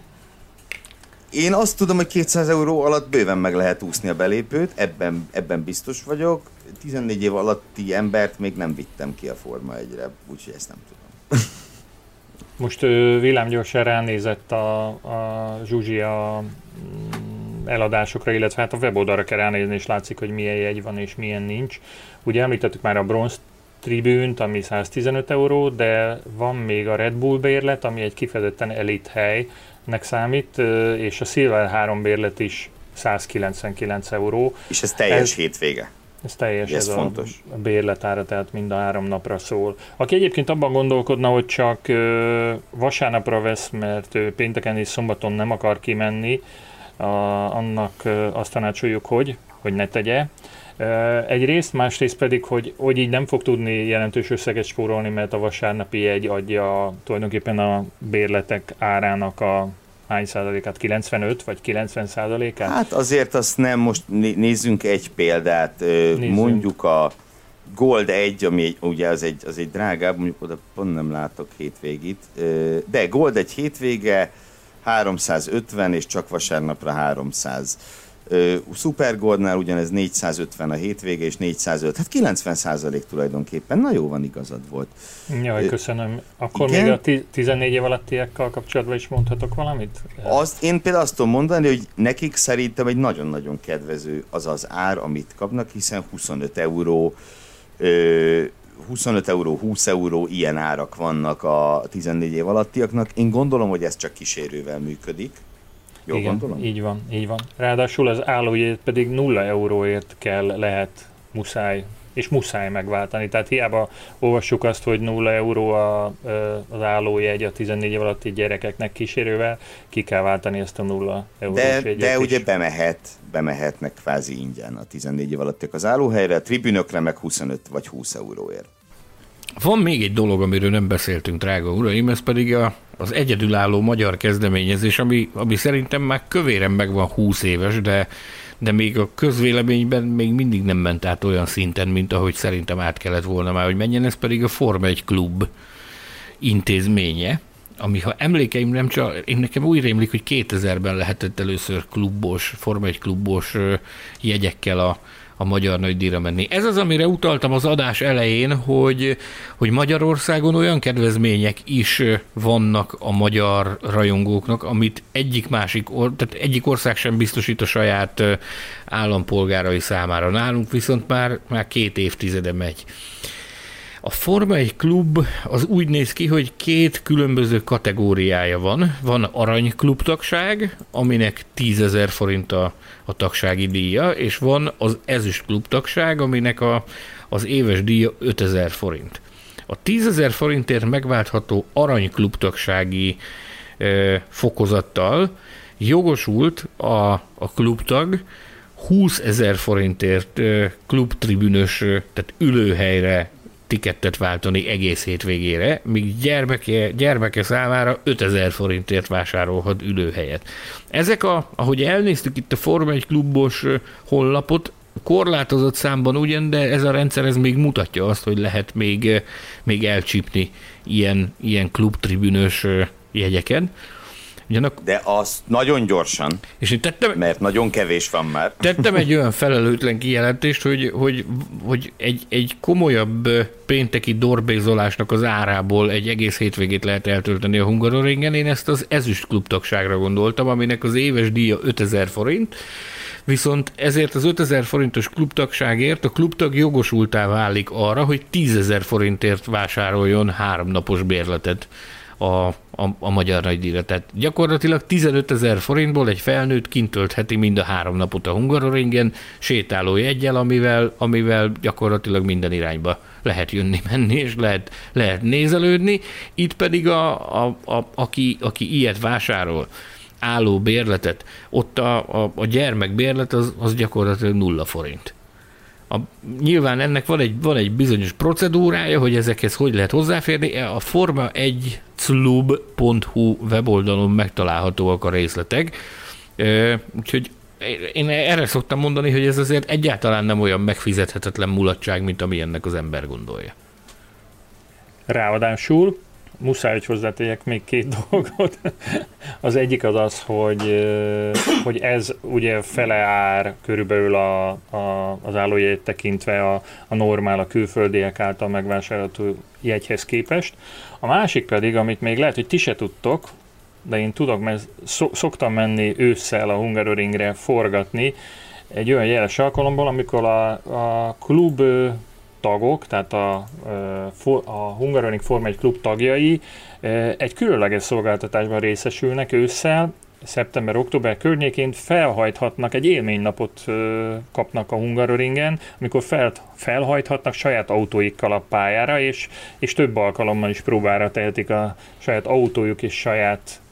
Én azt tudom, hogy 200 euró alatt bőven meg lehet úszni a belépőt, ebben biztos vagyok. 14 év alatti embert még nem vittem ki a Forma 1-re, úgyhogy ezt nem tudom. Most villámgyorsan ránézett a Zsuzsi a eladásokra, illetve hát a weboldalra kell ránézni, és látszik, hogy milyen jegy van és milyen nincs. Ugye említettük már a bronz tribűnt, ami 115 euró, de van még a Red Bull bérlet, ami egy kifejezetten elit helynek számít, és a Silver 3 bérlet is 199 euró. És ez teljes hétvége. Ez teljes, ez fontos. A bérletára, tehát mind a 3 napra szól. Aki egyébként abban gondolkodna, hogy csak vasárnapra vesz, mert pénteken és szombaton nem akar kimenni, annak azt tanácsoljuk, hogy ne tegye. Egyrészt, másrészt pedig, hogy így nem fog tudni jelentős összeget spórolni, mert a vasárnapi jegy adja tulajdonképpen a bérletek árának a hány százalékát? 95 vagy 90%-át? Hát azért azt nem, most nézzünk egy példát. Nézzünk. Mondjuk a Gold 1, ami ugye az egy drágább, mondjuk oda pont nem látok hétvégit, de Gold 1 hétvége 350 és csak vasárnapra 300. Super Goldnál ugyanez 450 a hétvége és 405. Hát 90% tulajdonképpen. Na jó, van, igazad volt. Jaj, köszönöm. Akkor igen? Még a 14 év alattiakkal kapcsolatban is mondhatok valamit? Én például azt tudom mondani, hogy nekik szerintem egy nagyon-nagyon kedvező az az ár, amit kapnak, hiszen 25 euró, 20 euró, ilyen árak vannak a 14 év alattiaknak. Én gondolom, hogy ez csak kísérővel működik. Jól igen, gondolom? Így van. Ráadásul az állójegyet pedig 0 euróért lehet, muszáj megváltani. Tehát hiába olvassuk azt, hogy 0 euró az állójegy a 14 év alatti gyerekeknek kísérővel, ki kell váltani ezt a 0 eurós jegyet. De ugye bemehetnek kvázi ingyen a 14 év alattiak az állóhelyre, a tribünökre meg 25 vagy 20 euróért. Van még egy dolog, amiről nem beszéltünk, drága uraim, ez pedig az egyedülálló magyar kezdeményezés, ami szerintem már kövéren meg van 20 éves, de még a közvéleményben még mindig nem ment át olyan szinten, mint ahogy szerintem át kellett volna már, hogy menjen, ez pedig a Forma 1 klub intézménye, ami, ha emlékeim nem csak, én nekem úgy rémlik, hogy 2000-ben lehetett először Forma 1 klubos jegyekkel a magyar nagydíjra menni. Ez az, amire utaltam az adás elején, hogy Magyarországon olyan kedvezmények is vannak a magyar rajongóknak, amit tehát egyik ország sem biztosít a saját állampolgárai számára. Nálunk viszont már 2 évtizede megy. A Forma 1 klub az úgy néz ki, hogy 2 különböző kategóriája van. Van arany klubtagság, aminek 10 000 forint a tagsági díja, és van az ezüst klubtagság, aminek az éves díja 5000 forint. A 10 000 forintért megváltható arany klubtagsági fokozattal jogosult a klubtag 20 000 forintért klubtribünös, tehát ülőhelyre tikettet váltani egész hétvégére, míg gyermeke számára 5000 forintért vásárolhat ülőhelyet. Ezek ahogy elnéztük itt a Forma 1 klubos honlapot, korlátozott számban ugyan, de ez a rendszer ez még mutatja azt, hogy lehet még elcsípni ilyen klubtribünös jegyeken. De azt nagyon gyorsan, és mert nagyon kevés van már. Tettem egy olyan felelőtlen kijelentést, hogy egy komolyabb pénteki dorbézolásnak az árából egy egész hétvégét lehet eltölteni a Hungaroringen. Én ezt az ezüst klubtagságra gondoltam, aminek az éves díja 5000 forint, viszont ezért az 5000 forintos klubtagságért a klubtag jogosultá válik arra, hogy 10 000 forintért vásároljon 3 napos bérletet a magyar nagydíjra. Tehát gyakorlatilag 15 000 forintból egy felnőtt kint töltheti mind a 3 napot a Hungaroringen sétáló jeggyel, amivel gyakorlatilag minden irányba lehet jönni-menni, és lehet nézelődni. Itt pedig aki ilyet vásárol, álló bérletet, ott a gyermekbérlet az gyakorlatilag 0 forint. Nyilván ennek van egy bizonyos procedúrája, hogy ezekhez hogy lehet hozzáférni. A forma1club.hu weboldalon megtalálhatóak a részletek. Úgyhogy én erre szoktam mondani, hogy ez azért egyáltalán nem olyan megfizethetetlen mulatság, mint ami ennek az ember gondolja. Ráadásul muszáj, hogy hozzátegyek még 2 dolgot. Az egyik az, hogy ez ugye fele ár körülbelül az állójegyet tekintve a normál, a külföldiek által megvásárolható jegyhez képest. A másik pedig, amit még lehet, hogy ti se tudtok, de én tudok, mert szoktam menni ősszel a Hungaroringre forgatni egy olyan jeles alkalomból, amikor a klub tagok, tehát a Hungaroring Forma 1 klub tagjai egy különleges szolgáltatásban részesülnek ősszel, szeptember-október környékén felhajthatnak, egy élménynapot kapnak a Hungaroringen, amikor felhajthatnak saját autóikkal a pályára, és több alkalommal is próbára tehetik a saját autójuk és saját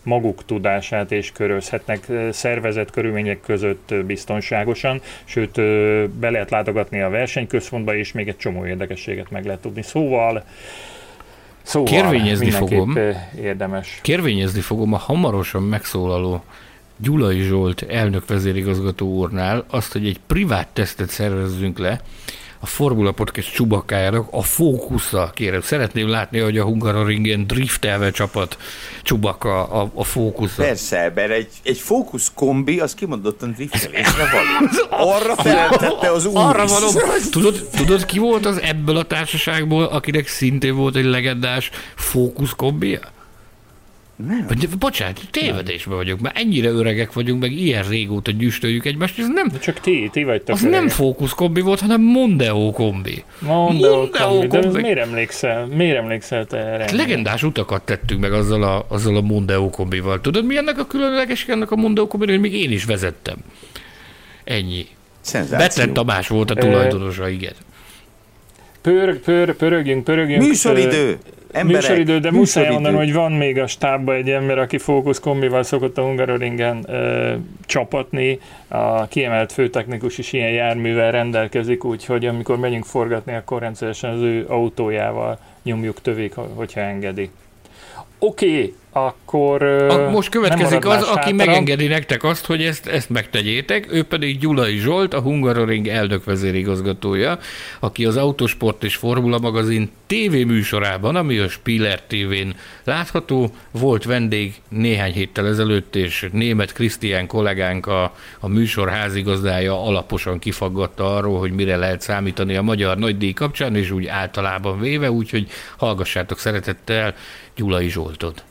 maguk tudását és körözhetnek szervezett körülmények között biztonságosan, sőt be lehet látogatni a versenyközpontba, és még egy csomó érdekességet meg lehet tudni. Szóval kérvényezni fogom. Érdemes. Kérvényezni fogom a hamarosan megszólaló Gyulai Zsolt elnök vezérigazgató úrnál azt, hogy egy privát tesztet szervezzünk le a Formula Podcast Chewbacca-jának a fókusszal, kérem. Szeretném látni, hogy a Hungaroringen driftelve csapat Chewbacca a fókusszal. Persze, mert egy fókusz kombi, az kimondottan driftelésre való. Arra feleltette az úr arra is. való. Tudod, ki volt az ebből a társaságból, akinek szintén volt egy legendás fókusz kombija? Nem. Bocsánat, tévedésben vagyok, mert ennyire öregek vagyunk, meg ilyen régóta gyűstöljük egymást, ez nem... De csak ti vagytok Az öregek. nem Focus kombi volt, hanem Mondeo kombi. Mondeo kombi. De miért emlékszel te erre? Legendás utakat tettünk meg azzal a Mondeo kombival. Tudod, mi ennek a különleges ennek a Mondeo kombival, hogy még én is vezettem. Ennyi. Szenzáció. Betlen Tamás volt a tulajdonosa, igen. Pörögjünk. Műsoridő! Emberek, Műsoridő, de muszáj mondani, hogy van még a stábban egy ember, aki Focus kombival szokott a Hungaroringen csapatni. A kiemelt főtechnikus is ilyen járművel rendelkezik, úgyhogy amikor megyünk forgatni, akkor rendszeresen az ő autójával nyomjuk tövig, hogyha engedi. Oké, akkor most következik az, aki megengedi nektek azt, hogy ezt megtegyétek, ő pedig Gyulai Zsolt, a Hungaroring elnök vezérigazgatója, aki az Autosport és Formula magazin tévéműsorában, ami a Spiller TV-n látható, volt vendég néhány héttel ezelőtt, és Németh Krisztián kollégánk, a műsor házigazdája alaposan kifaggatta arról, hogy mire lehet számítani a magyar nagydíj kapcsán, és úgy általában véve, úgyhogy hallgassátok szeretettel Gyulai Zsoltot.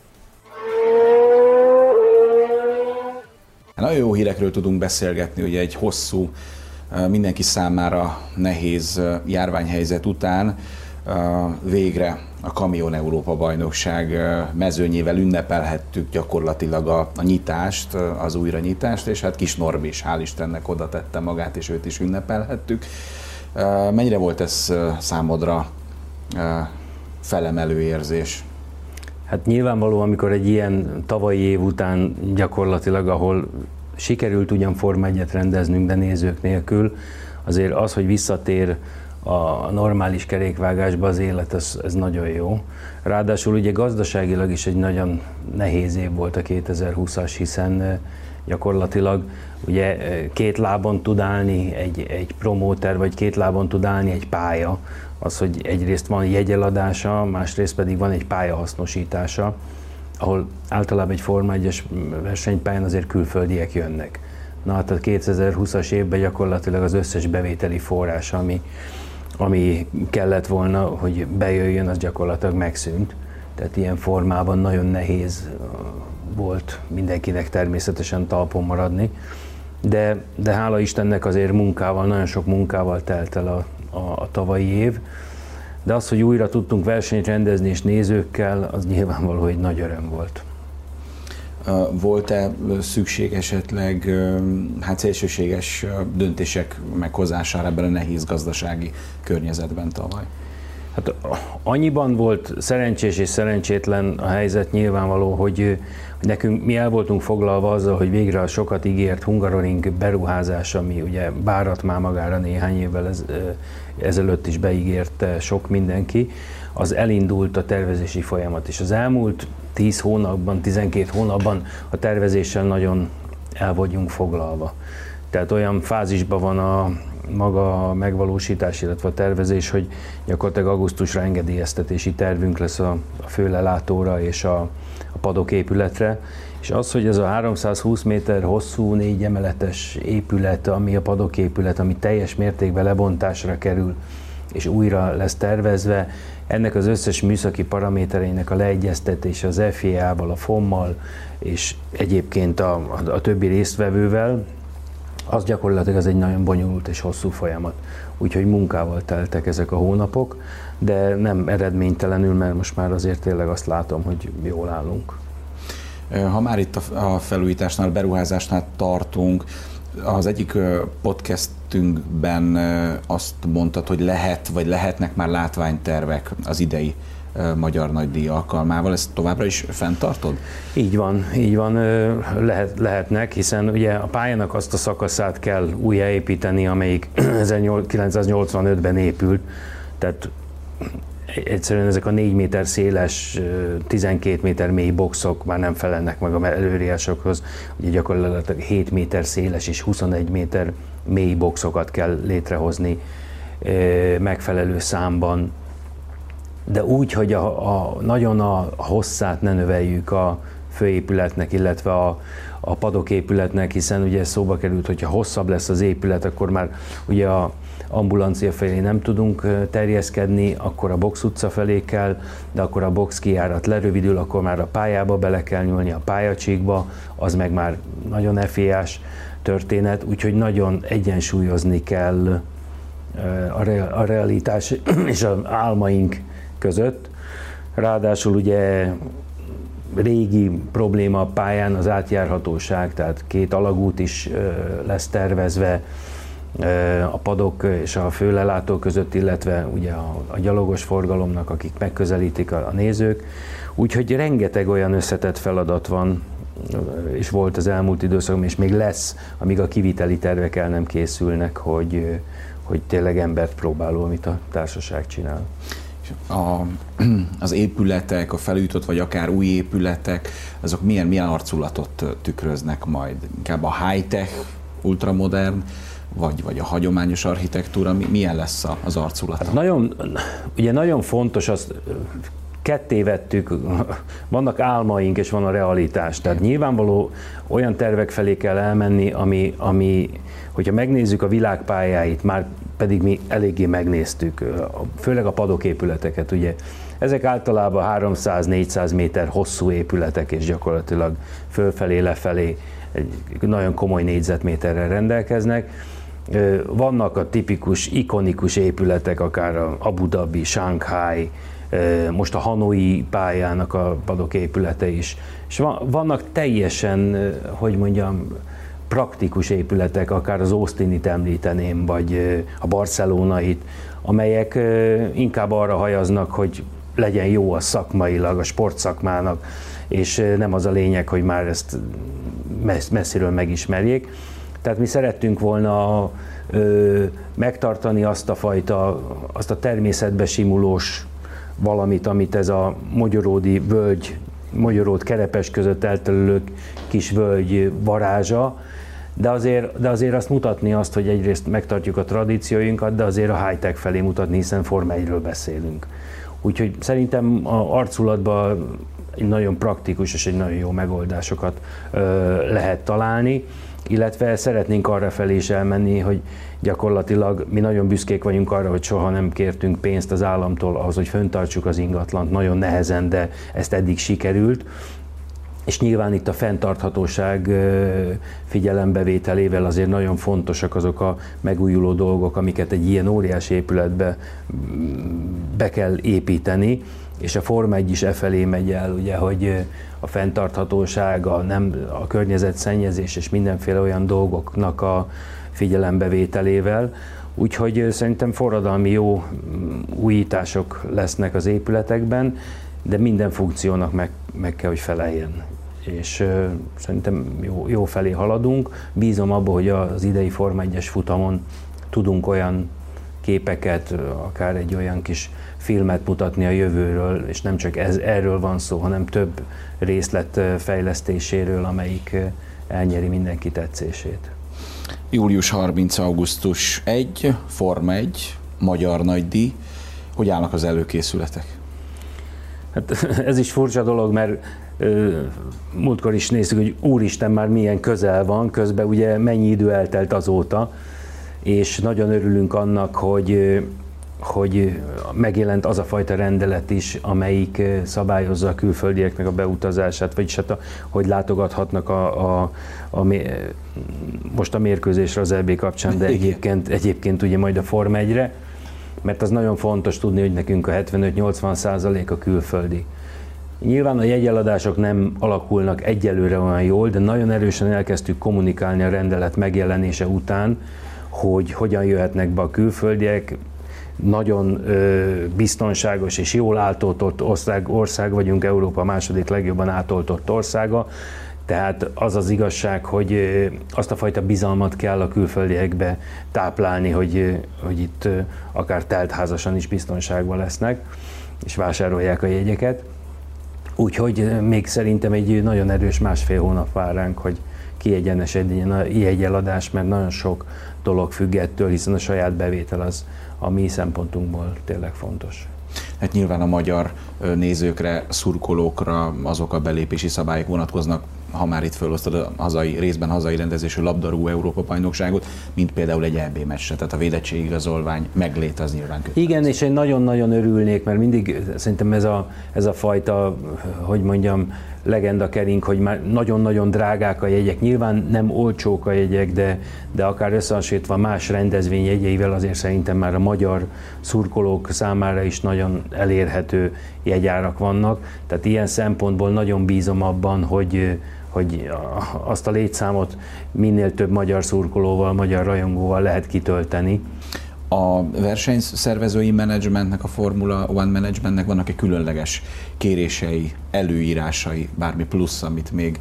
Nagyon jó hírekről tudunk beszélgetni, ugye egy hosszú, mindenki számára nehéz járványhelyzet után végre a Kamion Európa bajnokság mezőnyével ünnepelhettük gyakorlatilag a nyitást, az újranyitást, és hát Kis Norbi is, hál' Istennek oda tette magát, és őt is ünnepelhettük. Mennyire volt ez számodra felemelő érzés? Hát nyilvánvaló, amikor egy ilyen tavalyi év után gyakorlatilag, ahol sikerült ugyan Forma 1-et rendeznünk, de nézők nélkül, azért az, hogy visszatér a normális kerékvágásba az élet, ez nagyon jó. Ráadásul ugye gazdaságilag is egy nagyon nehéz év volt a 2020-as, hiszen gyakorlatilag ugye két lábon tud állni egy promóter, vagy két lábon tud állni egy pálya, az, hogy egyrészt van jegyeladása, másrészt pedig van egy pályahasznosítása, ahol általában egy Forma 1-es versenypályán azért külföldiek jönnek. Na hát a 2020-as évben gyakorlatilag az összes bevételi forrás, ami kellett volna, hogy bejöjjön, az gyakorlatilag megszűnt. Tehát ilyen formában nagyon nehéz volt mindenkinek természetesen talpon maradni. De hála Istennek azért munkával, nagyon sok munkával telt el a tavalyi év. De az, hogy újra tudtunk versenyt rendezni és nézőkkel, az nyilvánvaló, hogy nagy öröm volt. Volt-e szükség esetleg szélsőséges döntések meghozására ebben a nehéz gazdasági környezetben tavaly? Hát annyiban volt szerencsés és szerencsétlen a helyzet nyilvánvaló, hogy nekünk mi el voltunk foglalva azzal, hogy végre a sokat ígért Hungaroring beruházás, ami ugye bárat már magára néhány évvel ezelőtt is beígérte sok mindenki, az elindult a tervezési folyamat, és az elmúlt 10 hónapban, 12 hónapban a tervezéssel nagyon el vagyunk foglalva. Tehát olyan fázisban van a maga a megvalósítás, illetve a tervezés, hogy gyakorlatilag augusztusra engedélyeztetési tervünk lesz a főlelátóra és a padoképületre, és az, hogy ez a 320 méter hosszú 4 emeletes épület, ami a padoképület, ami teljes mértékben lebontásra kerül, és újra lesz tervezve, ennek az összes műszaki paramétereinek a leegyeztetése az FIA-val, a FOM-mal, és egyébként a többi résztvevővel, az gyakorlatilag egy nagyon bonyolult és hosszú folyamat. Úgyhogy munkával teltek ezek a hónapok, de nem eredménytelenül, mert most már azért tényleg azt látom, hogy jól állunk. Ha már itt a felújításnál, a beruházásnál tartunk, az egyik podcastünkben azt mondtad, hogy lehet, vagy lehetnek már látványtervek az idei magyar nagydíj alkalmával. Ezt továbbra is fenntartod? Így van, lehetnek, hiszen ugye a pályának azt a szakaszát kell újjáépíteni, amelyik 1985-ben épült, tehát egyszerűen ezek a 4 méter széles, 12 méter mély boxok már nem felelnek meg a előírásokhoz. Ugye gyakorlatilag 7 méter széles és 21 méter mély boxokat kell létrehozni megfelelő számban, de úgy, hogy nagyon a hosszát ne növeljük a főépületnek, illetve a padoképületnek, hiszen ugye szóba került, hogyha hosszabb lesz az épület, akkor már ugye a ambulancia felé nem tudunk terjeszkedni, akkor a Box utca felé kell, de akkor a box kijárat lerövidül, akkor már a pályába bele kell nyúlni, a pályacsíkba, az meg már nagyon FIA-s történet, úgyhogy nagyon egyensúlyozni kell a realitás és az álmaink között. Ráadásul ugye régi probléma a pályán az átjárhatóság, tehát 2 alagút is lesz tervezve a padok és a főlelátó között, illetve ugye a gyalogos forgalomnak, akik megközelítik a nézők. Úgyhogy rengeteg olyan összetett feladat van, és volt az elmúlt időszakban, és még lesz, amíg a kiviteli tervek el nem készülnek, hogy tényleg embert próbáló, amit a társaság csinál. Az épületek, a felújított vagy akár új épületek, azok milyen arculatot tükröznek majd? Inkább a high-tech, ultramodern, vagy a hagyományos architektúra, milyen lesz az arculat? Hát nagyon fontos, azt ketté vettük, vannak álmaink és van a realitás, tehát nyilvánvaló olyan tervek felé kell elmenni, ami hogyha megnézzük a világpályáit, már pedig mi eléggé megnéztük, főleg a padoképületeket, ugye. Ezek általában 300-400 méter hosszú épületek, és gyakorlatilag fölfelé, lefelé egy nagyon komoly négyzetméterrel rendelkeznek. Vannak a tipikus, ikonikus épületek, akár a Abu Dhabi, Shanghai, most a Hanoi pályának a padoképülete is. És vannak teljesen, hogy mondjam, praktikus épületek, akár az Austinit említeném, vagy a Barcelonait, amelyek inkább arra hajaznak, hogy legyen jó a szakmailag, a sportszakmának, és nem az a lényeg, hogy már ezt messziről megismerjék. Tehát mi szerettünk volna megtartani azt a természetbe simulós valamit, amit ez a mogyoródi völgy, Mogyoród Kerepes között elterülő kis völgy varázsa, de azért azt mutatni azt, hogy egyrészt megtartjuk a tradícióinkat, de azért a high-tech felé mutatni, hiszen Forma 1-ről beszélünk. Úgyhogy szerintem a arculatban egy nagyon praktikus és egy nagyon jó megoldásokat lehet találni, illetve szeretnénk arra felé is elmenni, hogy gyakorlatilag mi nagyon büszkék vagyunk arra, hogy soha nem kértünk pénzt az államtól ahhoz, hogy fenntartsuk az ingatlant, nagyon nehezen, de ezt eddig sikerült. És nyilván itt a fenntarthatóság figyelembevételével azért nagyon fontosak azok a megújuló dolgok, amiket egy ilyen óriási épületbe be kell építeni, és a Forma 1 is felé megy el, ugye, hogy a fenntarthatóság, a környezetszennyezés és mindenféle olyan dolgoknak a figyelembevételével. Úgyhogy szerintem forradalmi jó újítások lesznek az épületekben, de minden funkciónak meg kell, hogy feleljen. És szerintem jó felé haladunk. Bízom abban, hogy az idei Forma 1-es futamon tudunk olyan képeket, akár egy olyan kis filmet mutatni a jövőről, és nem csak erről van szó, hanem több részlet fejlesztéséről, amelyik elnyeri mindenki tetszését. Július 30. augusztus 1, Forma 1, Magyar Nagydíj. Hogy állnak az előkészületek? Hát ez is furcsa dolog, mert múltkor is néztük, hogy úristen, már milyen közel van, közben ugye mennyi idő eltelt azóta, és nagyon örülünk annak, hogy megjelent az a fajta rendelet is, amelyik szabályozza a külföldieknek a beutazását, vagyis hát hogy látogathatnak most a mérkőzésre az EB kapcsán, de egyébként ugye majd a Forma 1-re, mert az nagyon fontos tudni, hogy nekünk a 75-80% a külföldi. Nyilván a jegyeladások nem alakulnak egyelőre olyan jól, de nagyon erősen elkezdtük kommunikálni a rendelet megjelenése után, hogy hogyan jöhetnek be a külföldiek. nagyon biztonságos és jól átoltott ország vagyunk, Európa második legjobban átoltott országa, tehát az az igazság, hogy azt a fajta bizalmat kell a külföldiekbe táplálni, hogy itt akár teltházasan is biztonságban lesznek, és vásárolják a jegyeket. Úgyhogy még szerintem egy nagyon erős másfél hónap vár ránk, hogy kiegyenesedjen a jegyeladás, mert nagyon sok dolog függ ettől, hiszen a saját bevétel az a mi szempontunkból tényleg fontos. Hát nyilván a magyar nézőkre, szurkolókra azok a belépési szabályok vonatkoznak, ha már itt felosztod a részben hazai rendezésű labdarúgó Európa-bajnokságot, mint például egy EB meccsre, tehát a védettségigazolvány megléte az nyilván kötelező. Igen, és én nagyon-nagyon örülnék, mert mindig szerintem ez a fajta, hogy mondjam, legenda kering, hogy már nagyon-nagyon drágák a jegyek. Nyilván nem olcsók a jegyek, de akár összehasonlítva más rendezvény jegyeivel azért szerintem már a magyar szurkolók számára is nagyon elérhető jegyárak vannak. Tehát ilyen szempontból nagyon bízom abban, hogy azt a létszámot minél több magyar szurkolóval, magyar rajongóval lehet kitölteni. A versenyszervezői menedzsmentnek, a Formula One menedzsmentnek vannak-e különleges kérései, előírásai, bármi plusz, amit még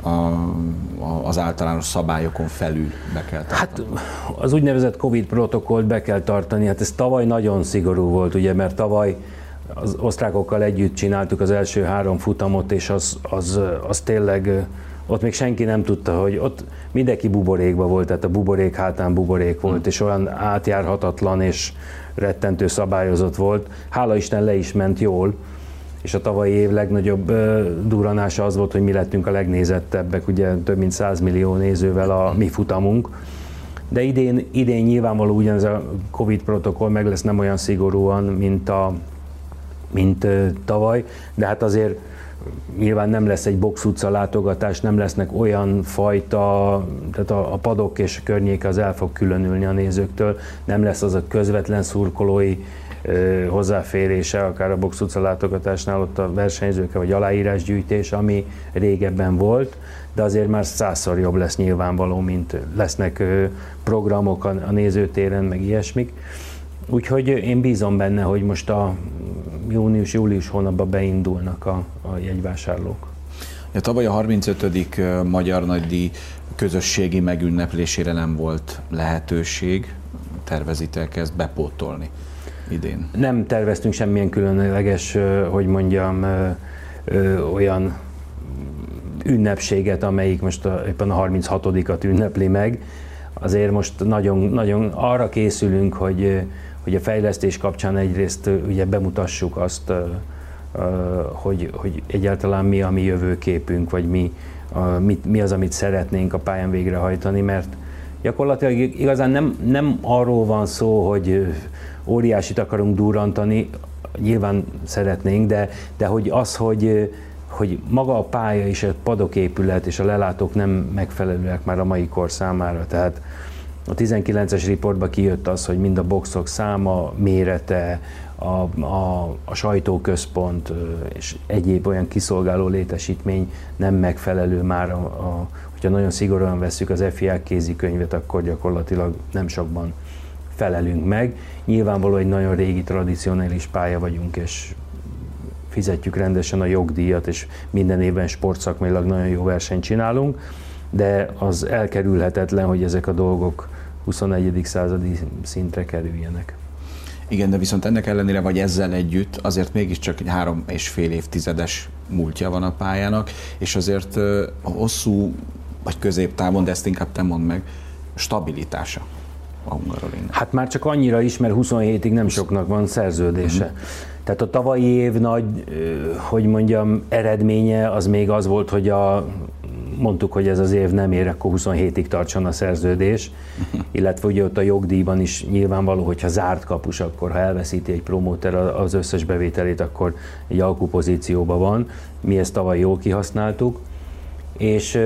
az általános szabályokon felül be kell tartani? Hát az úgynevezett Covid protokollt be kell tartani, hát ez tavaly nagyon szigorú volt, ugye, mert tavaly az osztrákokkal együtt csináltuk az első 3 futamot, és az tényleg, ott még senki nem tudta, hogy ott mindenki buborékba volt, tehát a buborék hátán buborék volt, és olyan átjárhatatlan és rettentő szabályozott volt. Hála Isten le is ment jól, és a tavalyi év legnagyobb durranása az volt, hogy mi lettünk a legnézettebbek, ugye több mint 100 millió nézővel a mi futamunk. De idén nyilvánvaló ugyanez a Covid protokoll meg lesz, nem olyan szigorúan, mint tavaly, de hát azért nyilván nem lesz egy box utca látogatás, nem lesznek olyan fajta, tehát a padok és a környéke az el fog különülni a nézőktől, nem lesz az a közvetlen szurkolói hozzáférése, akár a box utca látogatásnál ott a versenyzőkkel, vagy aláírásgyűjtés, ami régebben volt, de azért már 100-szor jobb lesz nyilvánvaló, mint lesznek programok a nézőtéren, meg ilyesmik. Úgyhogy én bízom benne, hogy most a június-július hónapban beindulnak a jegyvásárlók. Ja, tavaly a 35. Magyar Nagydíj közösségi megünneplésére nem volt lehetőség. Tervezitek ezt bepótolni idén? Nem terveztünk semmilyen különleges, hogy mondjam, olyan ünnepséget, amelyik most éppen a 36-at ünnepli meg. Azért most nagyon arra készülünk, hogy a fejlesztés kapcsán egyrészt ugye bemutassuk azt, hogy egyáltalán mi a mi jövőképünk, vagy mi az, amit szeretnénk a pályán végrehajtani, mert gyakorlatilag igazán nem arról van szó, hogy óriásit akarunk durrantani, nyilván szeretnénk, de hogy az, hogy maga a pálya és a padoképület és a lelátók nem megfelelőek már a mai kor számára. Tehát a 19-es riportban kijött az, hogy mind a boxok száma, mérete, a sajtóközpont és egyéb olyan kiszolgáló létesítmény nem megfelelő már, hogyha nagyon szigorúan vesszük az FIA kézikönyvet, akkor gyakorlatilag nem sokban felelünk meg. Nyilvánvaló egy nagyon régi, tradicionális pálya vagyunk, és fizetjük rendesen a jogdíjat, és minden évben sportszakmailag nagyon jó versenyt csinálunk, de az elkerülhetetlen, hogy ezek a dolgok 21. századi szintre kerüljenek. Igen, de viszont ennek ellenére, vagy ezzel együtt azért mégiscsak egy 3,5 évtizedes múltja van a pályának, és azért hosszú vagy középtávon, de ezt inkább te mondd meg, stabilitása a Hungaroringnak. Hát már csak annyira is, mert 27-ig nem soknak van szerződése. Tehát a tavalyi év nagy, hogy mondjam, eredménye az még az volt, hogy mondtuk, hogy ez az év nem ér, akkor 27-ig tartson a szerződés, illetve ugye ott a jogdíjban is nyilvánvaló, hogyha zárt kapus, akkor ha elveszíti egy promóter az összes bevételét, akkor egy alkupozícióban van. Mi ezt tavaly jól kihasználtuk, és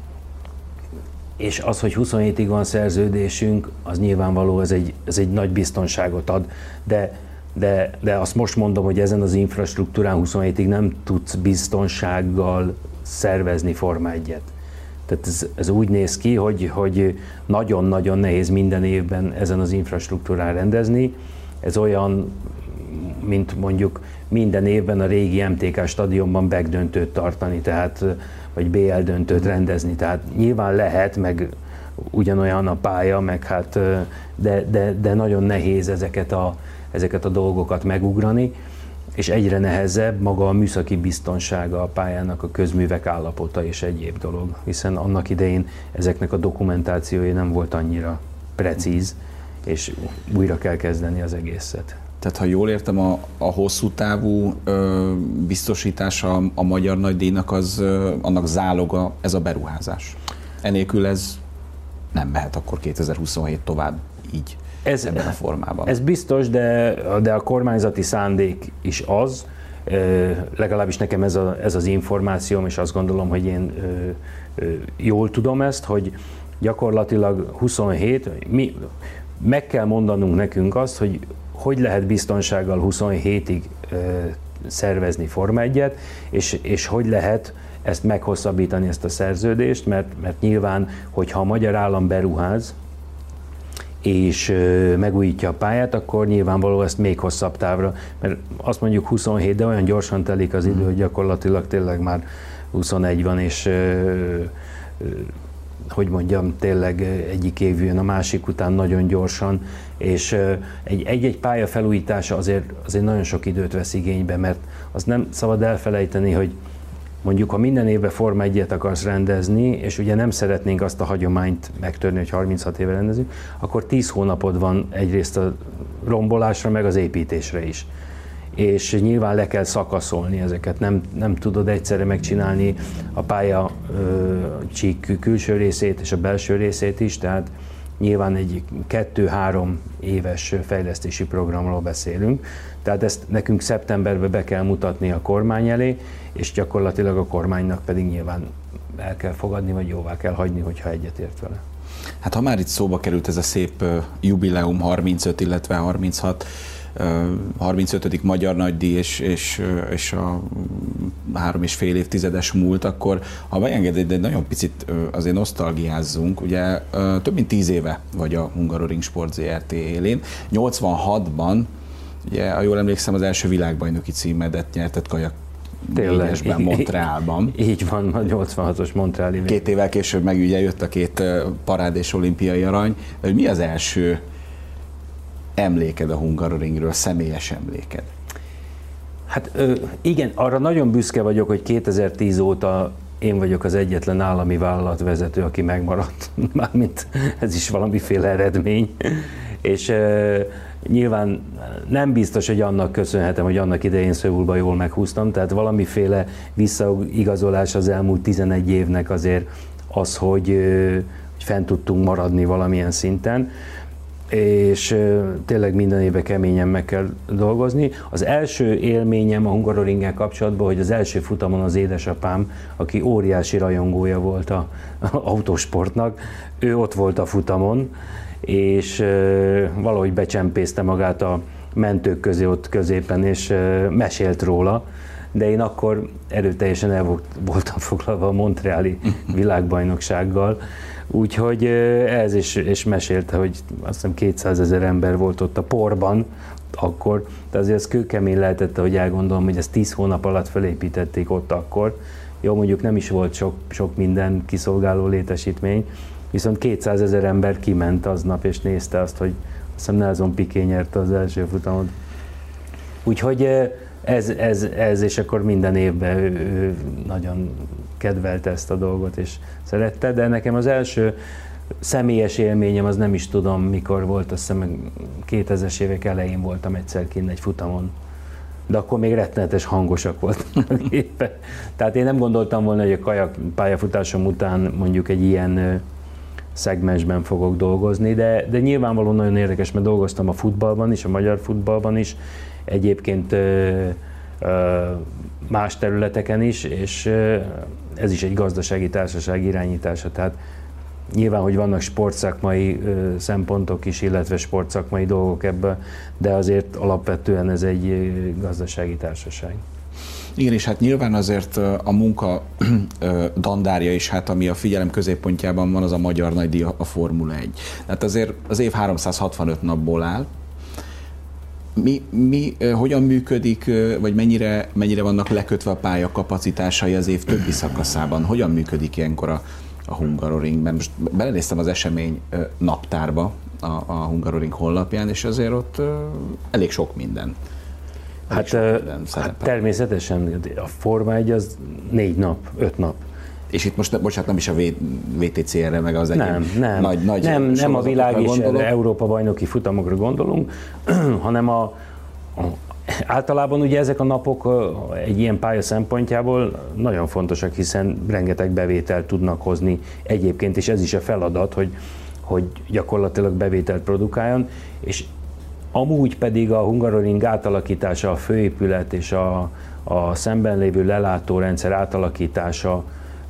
az, hogy 27-ig van szerződésünk, az nyilvánvaló, ez egy nagy biztonságot ad, de azt most mondom, hogy ezen az infrastruktúrán 27-ig nem tudsz biztonsággal szervezni Forma 1-et. Tehát ez úgy néz ki, hogy nagyon-nagyon nehéz minden évben ezen az infrastruktúrán rendezni, ez olyan, mint mondjuk minden évben a régi MTK stadionban backdöntőt tartani, tehát, vagy BL döntőt rendezni, tehát nyilván lehet, meg ugyanolyan a pálya, meg hát, de nagyon nehéz ezeket a dolgokat megugrani, és egyre nehezebb maga a műszaki biztonsága a pályának, a közművek állapota és egyéb dolog, hiszen annak idején ezeknek a dokumentációja nem volt annyira precíz, és újra kell kezdeni az egészet. Tehát ha jól értem, a hosszú távú biztosítása a magyar nagydíjnak annak záloga ez a beruházás. Enélkül ez nem mehet akkor 2027 tovább így ebben a formában. Ez biztos, de a kormányzati szándék is az, legalábbis nekem ez az információm, és azt gondolom, hogy én jól tudom ezt, hogy gyakorlatilag 27, meg kell mondanunk nekünk azt, hogy lehet biztonsággal 27-ig szervezni Forma 1-et, és hogy lehet ezt meghosszabbítani, ezt a szerződést, mert nyilván, hogyha a magyar állam beruház, és megújítja a pályát, akkor nyilvánvaló ezt még hosszabb távra, mert azt mondjuk 27, de olyan gyorsan telik az idő, hogy gyakorlatilag tényleg már 21 van, és hogy mondjam, tényleg egyik év jön a másik után nagyon gyorsan, és egy pálya felújítása azért nagyon sok időt vesz igénybe, mert azt nem szabad elfelejteni, hogy mondjuk, ha minden évben Forma 1-et akarsz rendezni, és ugye nem szeretnénk azt a hagyományt megtörni, hogy 36 éve rendezünk, akkor 10 hónapod van egyrészt a rombolásra, meg az építésre is. És nyilván le kell szakaszolni ezeket, nem tudod egyszerre megcsinálni a pálya csík külső részét és a belső részét is, tehát nyilván egy 2-3 éves fejlesztési programról beszélünk, tehát ezt nekünk szeptemberben be kell mutatni a kormány elé, és gyakorlatilag a kormánynak pedig nyilván el kell fogadni, vagy jóvá kell hagyni, hogyha egyetért vele. Hát ha már itt szóba került ez a szép jubileum 35, illetve 36, 35. magyar nagydíj és a 3,5 évtizedes múlt, akkor ha megengeded, de nagyon picit azért nosztalgiázzunk, ugye több mint 10 éve vagy a Hungaroring Sport Zrt. Élén. 86-ban, ugye, ha jól emlékszem, az első világbajnoki címedet nyerted kajak négyesben, Montrealban. Így van, a 86-os Montreali. 2 évvel később meg ugye jött a 2 parád és olimpiai arany. De hogy mi az első emléked a Hungaroringről, személyes emléked? Hát igen, arra nagyon büszke vagyok, hogy 2010 óta én vagyok az egyetlen állami vállalatvezető, aki megmaradt. Mármint ez is valamiféle eredmény. És nyilván nem biztos, hogy annak köszönhetem, hogy annak idején Szöulban jól meghúztam, tehát valamiféle visszaigazolás az elmúlt 11 évnek azért az, hogy fent tudtunk maradni valamilyen szinten, és tényleg minden évben keményen meg kell dolgozni. Az első élményem a Hungaroringgel kapcsolatban, hogy az első futamon az édesapám, aki óriási rajongója volt az autósportnak, ő ott volt a futamon, és valahogy becsempészte magát a mentők közé ott középen, és mesélt róla, de én akkor erőteljesen el voltam foglalva a montreali világbajnoksággal, úgyhogy ez is mesélte, hogy azt hiszem 200 000 ember volt ott a porban akkor, de azért ez kőkemény lehetett, hogy elgondolom, hogy ezt 10 hónap alatt felépítették ott akkor. Jó, mondjuk nem is volt sok minden kiszolgáló létesítmény, viszont 200 000 ember kiment aznap és nézte azt, hogy azt hiszem Nelson Piquet nyerte az első futamot. Úgyhogy ez, és akkor minden évben ő nagyon kedvelte ezt a dolgot és szerette, de nekem az első személyes élményem, az nem is tudom mikor volt, azt hiszem 2000-es évek elején voltam egyszer kint egy futamon, de akkor még rettenetes hangosak voltak éppen. Tehát én nem gondoltam volna, hogy a kajak pályafutásom után mondjuk egy ilyen szegmensben fogok dolgozni, de nyilvánvalóan nagyon érdekes, mert dolgoztam a futballban is, a magyar futballban is, egyébként más területeken is, és ez is egy gazdasági társaság irányítása, tehát nyilván, hogy vannak sportszakmai szempontok is, illetve sportszakmai dolgok ebben, de azért alapvetően ez egy gazdasági társaság. Igen, és hát nyilván azért a munka dandárja is, hát ami a figyelem középpontjában van, az a magyar nagydíj, a Formula 1. Tehát azért az év 365 napból áll, Hogyan működik, vagy mennyire vannak lekötve a pálya kapacitásai az év többi szakaszában? Hogyan működik ilyenkor a Hungaroringben? Most belenéztem az esemény naptárba a Hungaroring honlapján, és azért ott elég sok minden. Hát természetesen a Forma 1 az 4 nap, 5 nap. És itt most, bocsánat, nem is a VTCR-re, meg az egyéb nem a világ és Európa bajnoki futamokra gondolunk, hanem általában ugye ezek a napok egy ilyen pálya szempontjából nagyon fontosak, hiszen rengeteg bevételt tudnak hozni egyébként, és ez is a feladat, hogy gyakorlatilag bevételt produkáljon, és amúgy pedig a Hungaroring átalakítása, a főépület és a szemben lévő lelátórendszer átalakítása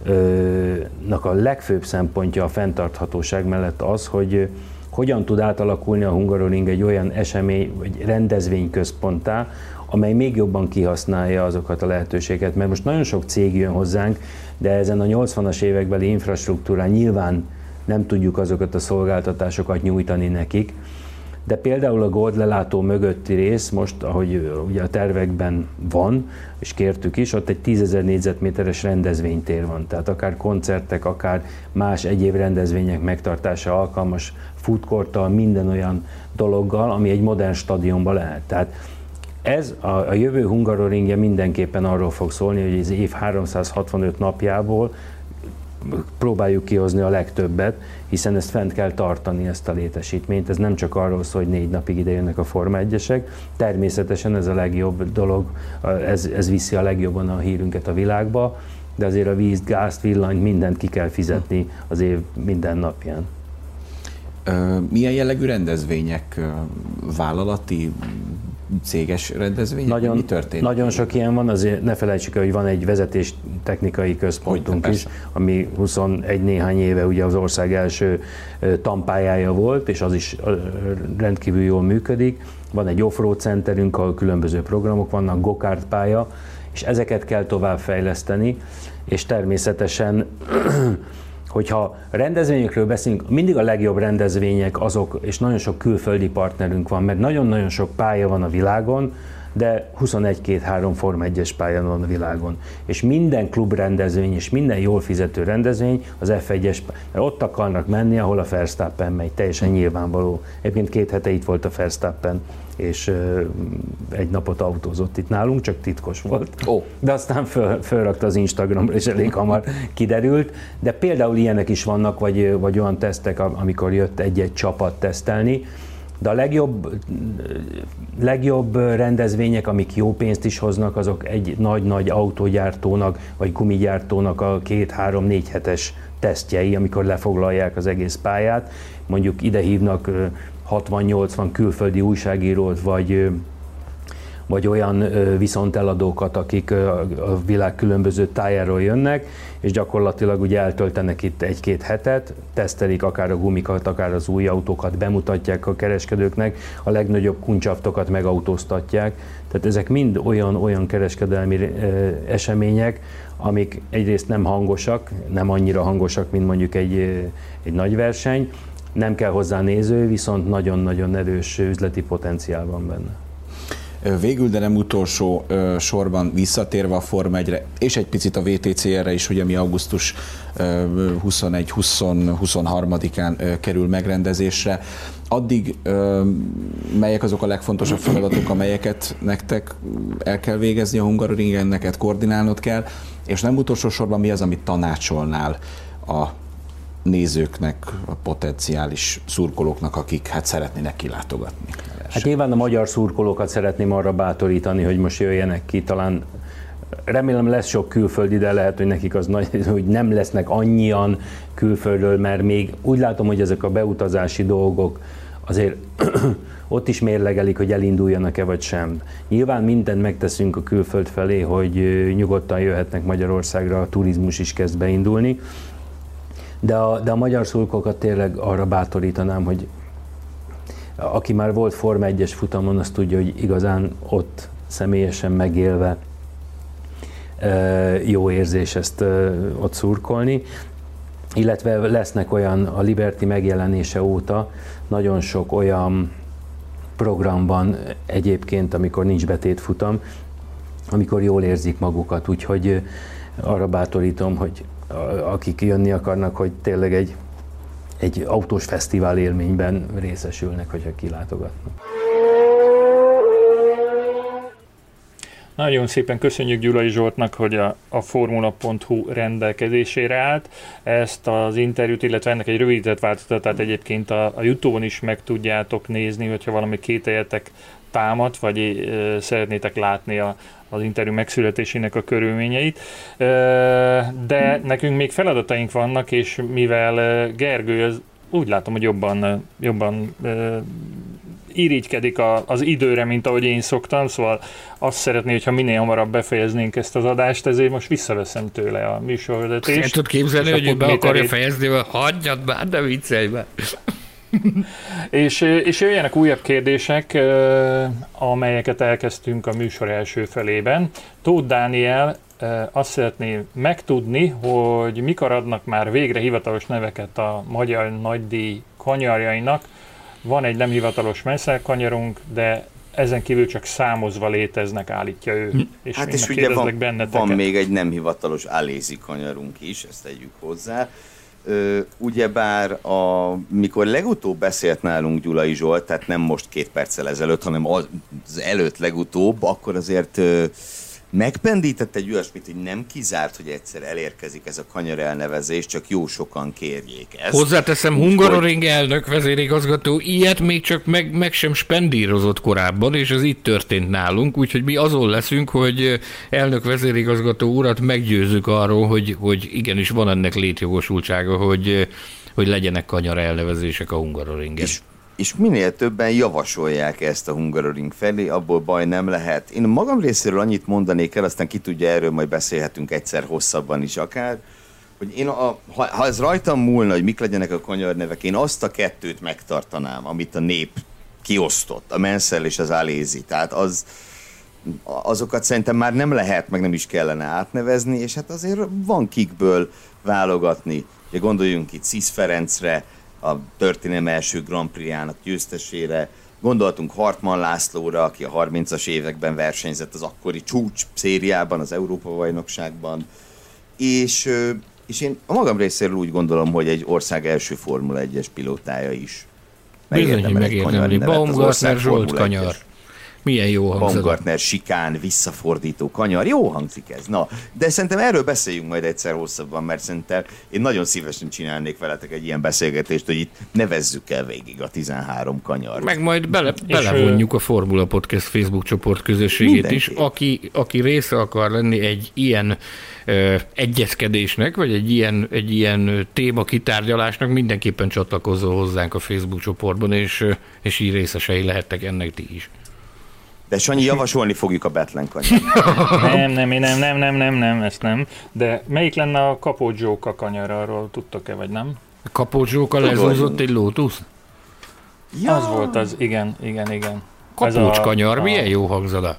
a legfőbb szempontja a fenntarthatóság mellett az, hogy hogyan tud átalakulni a Hungaroring egy olyan esemény vagy rendezvényközponttá, amely még jobban kihasználja azokat a lehetőségeket, mert most nagyon sok cég jön hozzánk, de ezen a 80-as évekbeli infrastruktúrán nyilván nem tudjuk azokat a szolgáltatásokat nyújtani nekik, de például a Gold lelátó mögötti rész most, ahogy ugye a tervekben van, és kértük is, ott egy 10.000 négyzetméteres rendezvénytér van, tehát akár koncertek, akár más egyéb rendezvények megtartása alkalmas foodcourttal, minden olyan dologgal, ami egy modern stadionban lehet. Tehát ez a jövő Hungaroringje mindenképpen arról fog szólni, hogy az év 365 napjából próbáljuk kihozni a legtöbbet, hiszen ezt fent kell tartani, ezt a létesítményt. Ez nem csak arról szól, hogy 4 napig ide jönnek a Forma 1-esek. Természetesen ez a legjobb dolog, ez viszi a legjobban a hírünket a világba, de azért a vízt, gázt, villanyt, mindent ki kell fizetni az év minden napján. Milyen jellegű rendezvények? Vállalati, céges rendezvények? Mi történik? Nagyon sok ilyen van, azért ne felejtsük el, hogy van egy vezetés technikai központunk is, ami 21 néhány éve ugye az ország első tampályája volt, és az is rendkívül jól működik. Van egy off-road centerünk, ahol különböző programok vannak, go-kart pálya, és ezeket kell továbbfejleszteni, és természetesen hogyha rendezvényekről beszélünk, mindig a legjobb rendezvények azok, és nagyon sok külföldi partnerünk van, mert nagyon-nagyon sok pálya van a világon, de 21-2-3 Forma 1-es pálya van a világon. És minden klubrendezvény és minden jól fizető rendezvény az F1-es, mert ott akarnak menni, ahol a Verstappen megy, teljesen nyilvánvaló. Egyébként 2 hete itt volt a Verstappen, és egy napot autózott itt nálunk, csak titkos volt. De aztán fölrakta az Instagramra, és elég hamar kiderült. De például ilyenek is vannak, vagy olyan tesztek, amikor jött egy-egy csapat tesztelni. De a legjobb rendezvények, amik jó pénzt is hoznak, azok egy nagy-nagy autógyártónak, vagy gumigyártónak a 2-3-4 hetes tesztjei, amikor lefoglalják az egész pályát. Mondjuk ide hívnak 60-80 külföldi újságírót, vagy olyan viszonteladókat, akik a világ különböző tájáról jönnek, és gyakorlatilag ugye eltöltenek itt 1-2 hetet, tesztelik akár a gumikat, akár az új autókat, bemutatják a kereskedőknek, a legnagyobb kuncsaftokat megautóztatják. Tehát ezek mind olyan kereskedelmi események, amik egyrészt nem hangosak, nem annyira hangosak, mint mondjuk egy nagy verseny, nem kell hozzá néző, viszont nagyon-nagyon erős üzleti potenciál van benne. Végül, de nem utolsó sorban visszatérve a Forma 1-re, és egy picit a VTCR-re is, ugye, ami augusztus 21-23-án kerül megrendezésre. Addig melyek azok a legfontosabb feladatok, amelyeket nektek el kell végezni a Hungaroringen, neked koordinálnod kell, és nem utolsó sorban mi az, amit tanácsolnál a nézőknek, a potenciális szurkolóknak, akik hát szeretnének kilátogatni? Hát nyilván a magyar szurkolókat szeretném arra bátorítani, hogy most jöjjenek ki, talán remélem lesz sok külföldi, de lehet, hogy nekik az nagy, hogy nem lesznek annyian külföldről, mert még úgy látom, hogy ezek a beutazási dolgok azért ott is mérlegelik, hogy elinduljanak-e vagy sem. Nyilván mindent megteszünk a külföld felé, hogy nyugodtan jöhetnek Magyarországra, a turizmus is kezd beindulni, de a magyar szurkolókat tényleg arra bátorítanám, hogy aki már volt Forma 1-es futamon, azt tudja, hogy igazán ott személyesen megélve jó érzés ezt ott szurkolni. Illetve lesznek olyan, a Liberty megjelenése óta nagyon sok olyan programban egyébként, amikor nincs betétfutam, amikor jól érzik magukat, úgyhogy arra bátorítom, hogy akik jönni akarnak, hogy tényleg egy autós fesztivál élményben részesülnek, hogyha kilátogatnak. Nagyon szépen köszönjük Gyulai Zsoltnak, hogy a Formula.hu rendelkezésére állt. Ezt az interjút, illetve ennek egy rövidített változatát egyébként a YouTube-on is meg tudjátok nézni, hogyha valami kételjetek támad, vagy szeretnétek látni az interjú megszületésének a körülményeit. De nekünk még feladataink vannak, és mivel Gergő úgy látom, hogy jobban irigykedik az időre, mint ahogy én szoktam, szóval azt szeretné, hogyha minél hamarabb befejeznénk ezt az adást, ezért most visszaveszem tőle a műsorvezetést. Én tudod képzelni, hogy ő be akarja fejezni, hogy hagyjad már, de viccelj be. És jöjjenek újabb kérdések, amelyeket elkezdtünk a műsor első felében. Tóth Dániel azt szeretné megtudni, hogy mikor adnak már végre hivatalos neveket a magyar nagydíj kanyarjainak. Van egy nem hivatalos menszelkanyarunk, de ezen kívül csak számozva léteznek, állítja ő. És hát és ugye van még egy nem hivatalos alézi kanyarunk is, ezt tegyük hozzá. Ugyebár mikor legutóbb beszélt nálunk Gyulai Zsolt, tehát nem most 2 perccel ezelőtt, hanem az előtt legutóbb, akkor azért megpendített egy olyasmit, hogy nem kizárt, hogy egyszer elérkezik ez a kanyar elnevezés, csak jó sokan kérjék ezt. Hozzáteszem, Hungaroring elnök vezérigazgató ilyet még csak meg sem spendírozott korábban, és ez itt történt nálunk, úgyhogy mi azon leszünk, hogy elnök vezérigazgató urat meggyőzzük arról, hogy igenis van ennek létjogosultsága, hogy legyenek kanyar elnevezések a Hungaroringen. És minél többen javasolják ezt a Hungaroring felé, abból baj nem lehet. Én magam részéről annyit mondanék el, aztán ki tudja, erről majd beszélhetünk egyszer hosszabban is akár, hogy én ha ez rajtam múlna, hogy mik legyenek a kanyarnevek, én azt a 2 megtartanám, amit a nép kiosztott, a Mansell és az Alézi. Tehát azokat szerintem már nem lehet, meg nem is kellene átnevezni, és hát azért van kikből válogatni. Ugye gondoljunk itt Szisz Ferencre, a történelem első Grand Prix-jának győztesére, gondoltunk Hartmann Lászlóra, aki a 30-as években versenyzett az akkori csúcs szériában, az Európa-bajnokságban, és én a magam részéről úgy gondolom, hogy egy ország első Formula 1-es pilótája is megérdemli. Baumgartner Zsolt kanyar. Milyen jó hangzik. Baumgartner sikán, visszafordító kanyar. Jó hangzik ez. Na, de szerintem erről beszéljünk majd egyszer hosszabban, mert szerintem én nagyon szívesen csinálnék veletek egy ilyen beszélgetést, hogy itt nevezzük el végig a 13 kanyart. Meg majd belevonjuk a Formula Podcast Facebook csoport közösségét mindenki is, aki része akar lenni egy ilyen egyezkedésnek, vagy egy ilyen téma kitárgyalásnak, mindenképpen csatlakozzon hozzánk a Facebook csoportban, és így részesei lehettek ennek ti is. De Sanyi, javasolni fogjuk a Betlen kanyart. Nem, ezt nem. De melyik lenne a Kapódzsóka kanyar, arról tudtok-e, vagy nem? A Kapódzsóka lezúzott egy Lotus? Ja. Az volt az, igen. Kapócs kanyar, milyen jó hangzada.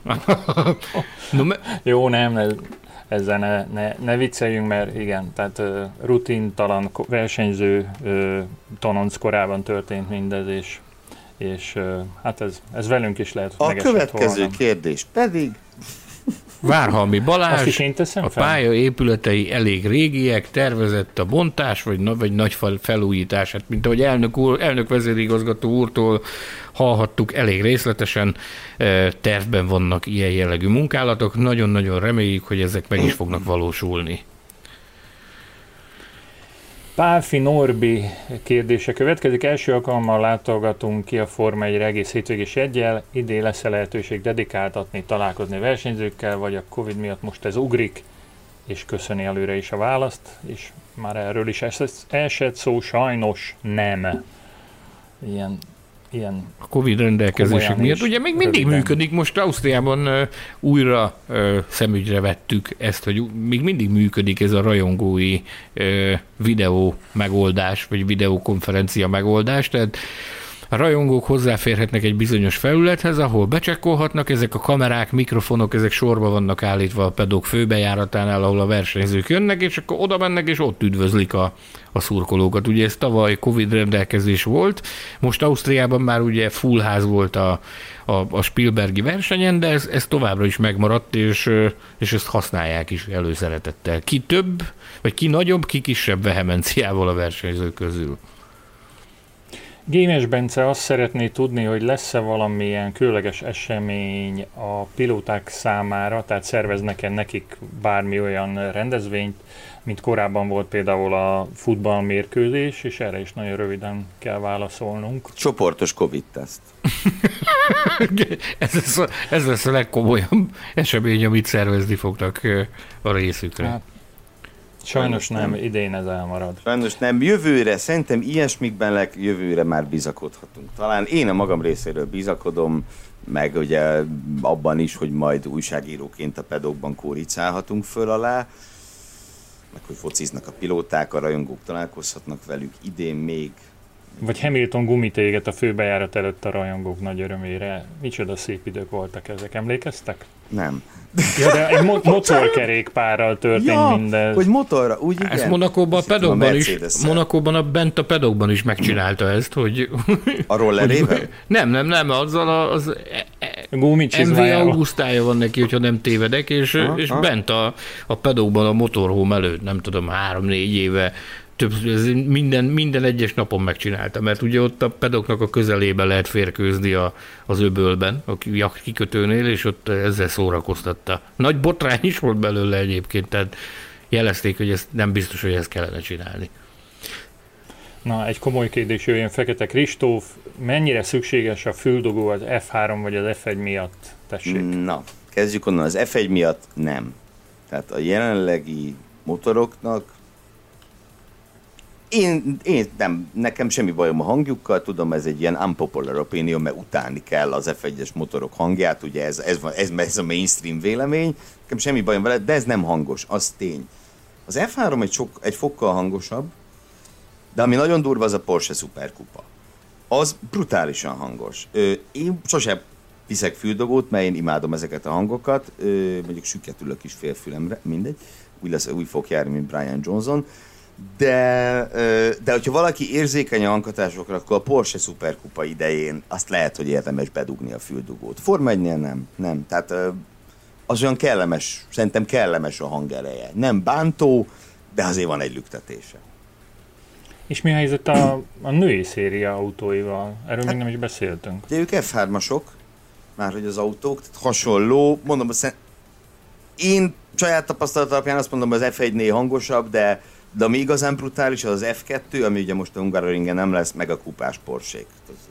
Jó, nem, ezzel ne vicceljünk, mert igen, tehát rutintalan versenyző Tononc korában történt mindez, és hát ez velünk is lehet, hogy megesett. A következő kérdés pedig... Várhalmi Balázs, a fel? pálya épületei elég régiek, tervezett a bontás, vagy nagy felújítás, hát mint ahogy elnök vezérigazgató úrtól hallhattuk, elég részletesen tervben vannak ilyen jellegű munkálatok, nagyon-nagyon reméljük, hogy ezek meg is fognak valósulni. Pálfi Norbi kérdése következik. Első alkalommal látogatunk ki a Forma 1-re egész hétvégés jeggyel. Idén lesz-e lehetőség dedikáltatni, találkozni versenyzőkkel, vagy a Covid miatt most ez ugrik, és köszöni előre is a választ, és már erről is esett szó, sajnos nem. Ilyen a Covid rendelkezések miatt. Ugye még mindig működik, most Ausztriában újra szemügyre vettük ezt, hogy még mindig működik ez a rajongói videó megoldás, vagy videokonferencia megoldás, tehát A rajongók hozzáférhetnek egy bizonyos felülethez, ahol becsekkolhatnak, ezek a kamerák, mikrofonok, ezek sorba vannak állítva a pedok főbejáratánál, ahol a versenyzők jönnek, és akkor oda mennek, és ott üdvözlik a szurkolókat. Ugye ez tavaly Covid rendelkezés volt, most Ausztriában már ugye full ház volt a Spielbergi versenyen, de ez továbbra is megmaradt, és ezt használják is előszeretettel. Ki több, vagy ki nagyobb, ki kisebb vehemenciával a versenyzők közül. Gémes Bence azt szeretné tudni, hogy lesz-e valamilyen különleges esemény a pilóták számára, tehát szerveznek-e nekik bármi olyan rendezvényt, mint korábban volt például a futballmérkőzés, és erre is nagyon röviden kell válaszolnunk. Csoportos Covid-teszt. Ez lesz a legkomolyabb esemény, amit szervezni fognak a részükre. Hát, sajnos nem, idén ez elmarad. Sajnos nem, jövőre, szerintem ilyesmikben jövőre már bizakodhatunk. Talán én a magam részéről bizakodom, meg ugye abban is, hogy majd újságíróként a pedokban kóricálhatunk föl alá, meg hogy fociznak a pilóták, a rajongók találkozhatnak velük idén még. Vagy Hamilton gumitéget a főbejárat előtt a rajongók nagy örömére. Micsoda szép idők voltak ezek, emlékeztek? Nem. Ja, de egy motorkerékpárral történt mindez. Hogy motorra, úgy igen. Ezt Monakóban a pedokban is, Monakóban bent a pedokban is megcsinálta ezt, hogy... A rollerével? Nem, azzal az MV Augustája van neki, hogyha nem tévedek, és bent a pedokban a motorhome előtt, nem tudom, 3-4 éve minden egyes napon megcsinálta, mert ugye ott a pedoknak a közelében lehet férkőzni az öbölben, a kikötőnél, és ott ezzel szórakoztatta. Nagy botrány is volt belőle egyébként, tehát jelezték, hogy ez nem biztos, hogy ezt kellene csinálni. Na, egy komoly kérdés jöjjön Fekete Kristóf. Mennyire szükséges a füldugó az F3 vagy az F1 miatt? Tessék. Na, kezdjük onnan. Az F1 miatt nem. Tehát a jelenlegi motoroknak én nem, nekem semmi bajom a hangjukkal, tudom, ez egy ilyen unpopular opinion, mert utálni kell az F1-es motorok hangját, ugye ez a mainstream vélemény, nekem semmi bajom vele, de ez nem hangos, az tény. Az F3 egy fokkal hangosabb, de ami nagyon durva, az a Porsche Superkupa. Az brutálisan hangos. Én sosem viszek füldogót, mert én imádom ezeket a hangokat, mondjuk süketül a kis félfülemre, mindegy, úgy fog járni, mint Brian Johnson. De hogyha valaki érzékeny a hanghatásokra, akkor a Porsche Superkupa idején azt lehet, hogy érdemes bedugni a füldugót. Forma 1-nél nem. Tehát az olyan kellemes, szerintem kellemes a hangereje. Nem bántó, de azért van egy lüktetése. És mi a helyzet a női széria autóival? Erről még nem is beszéltünk. De ők F3-asok, már hogy az autók, tehát hasonló, mondom, én saját tapasztalat alapján azt mondom, az F1-nél hangosabb, de ami igazán brutális, az F2, ami ugye most a Hungaroringen nem lesz, meg a kupás Porsék.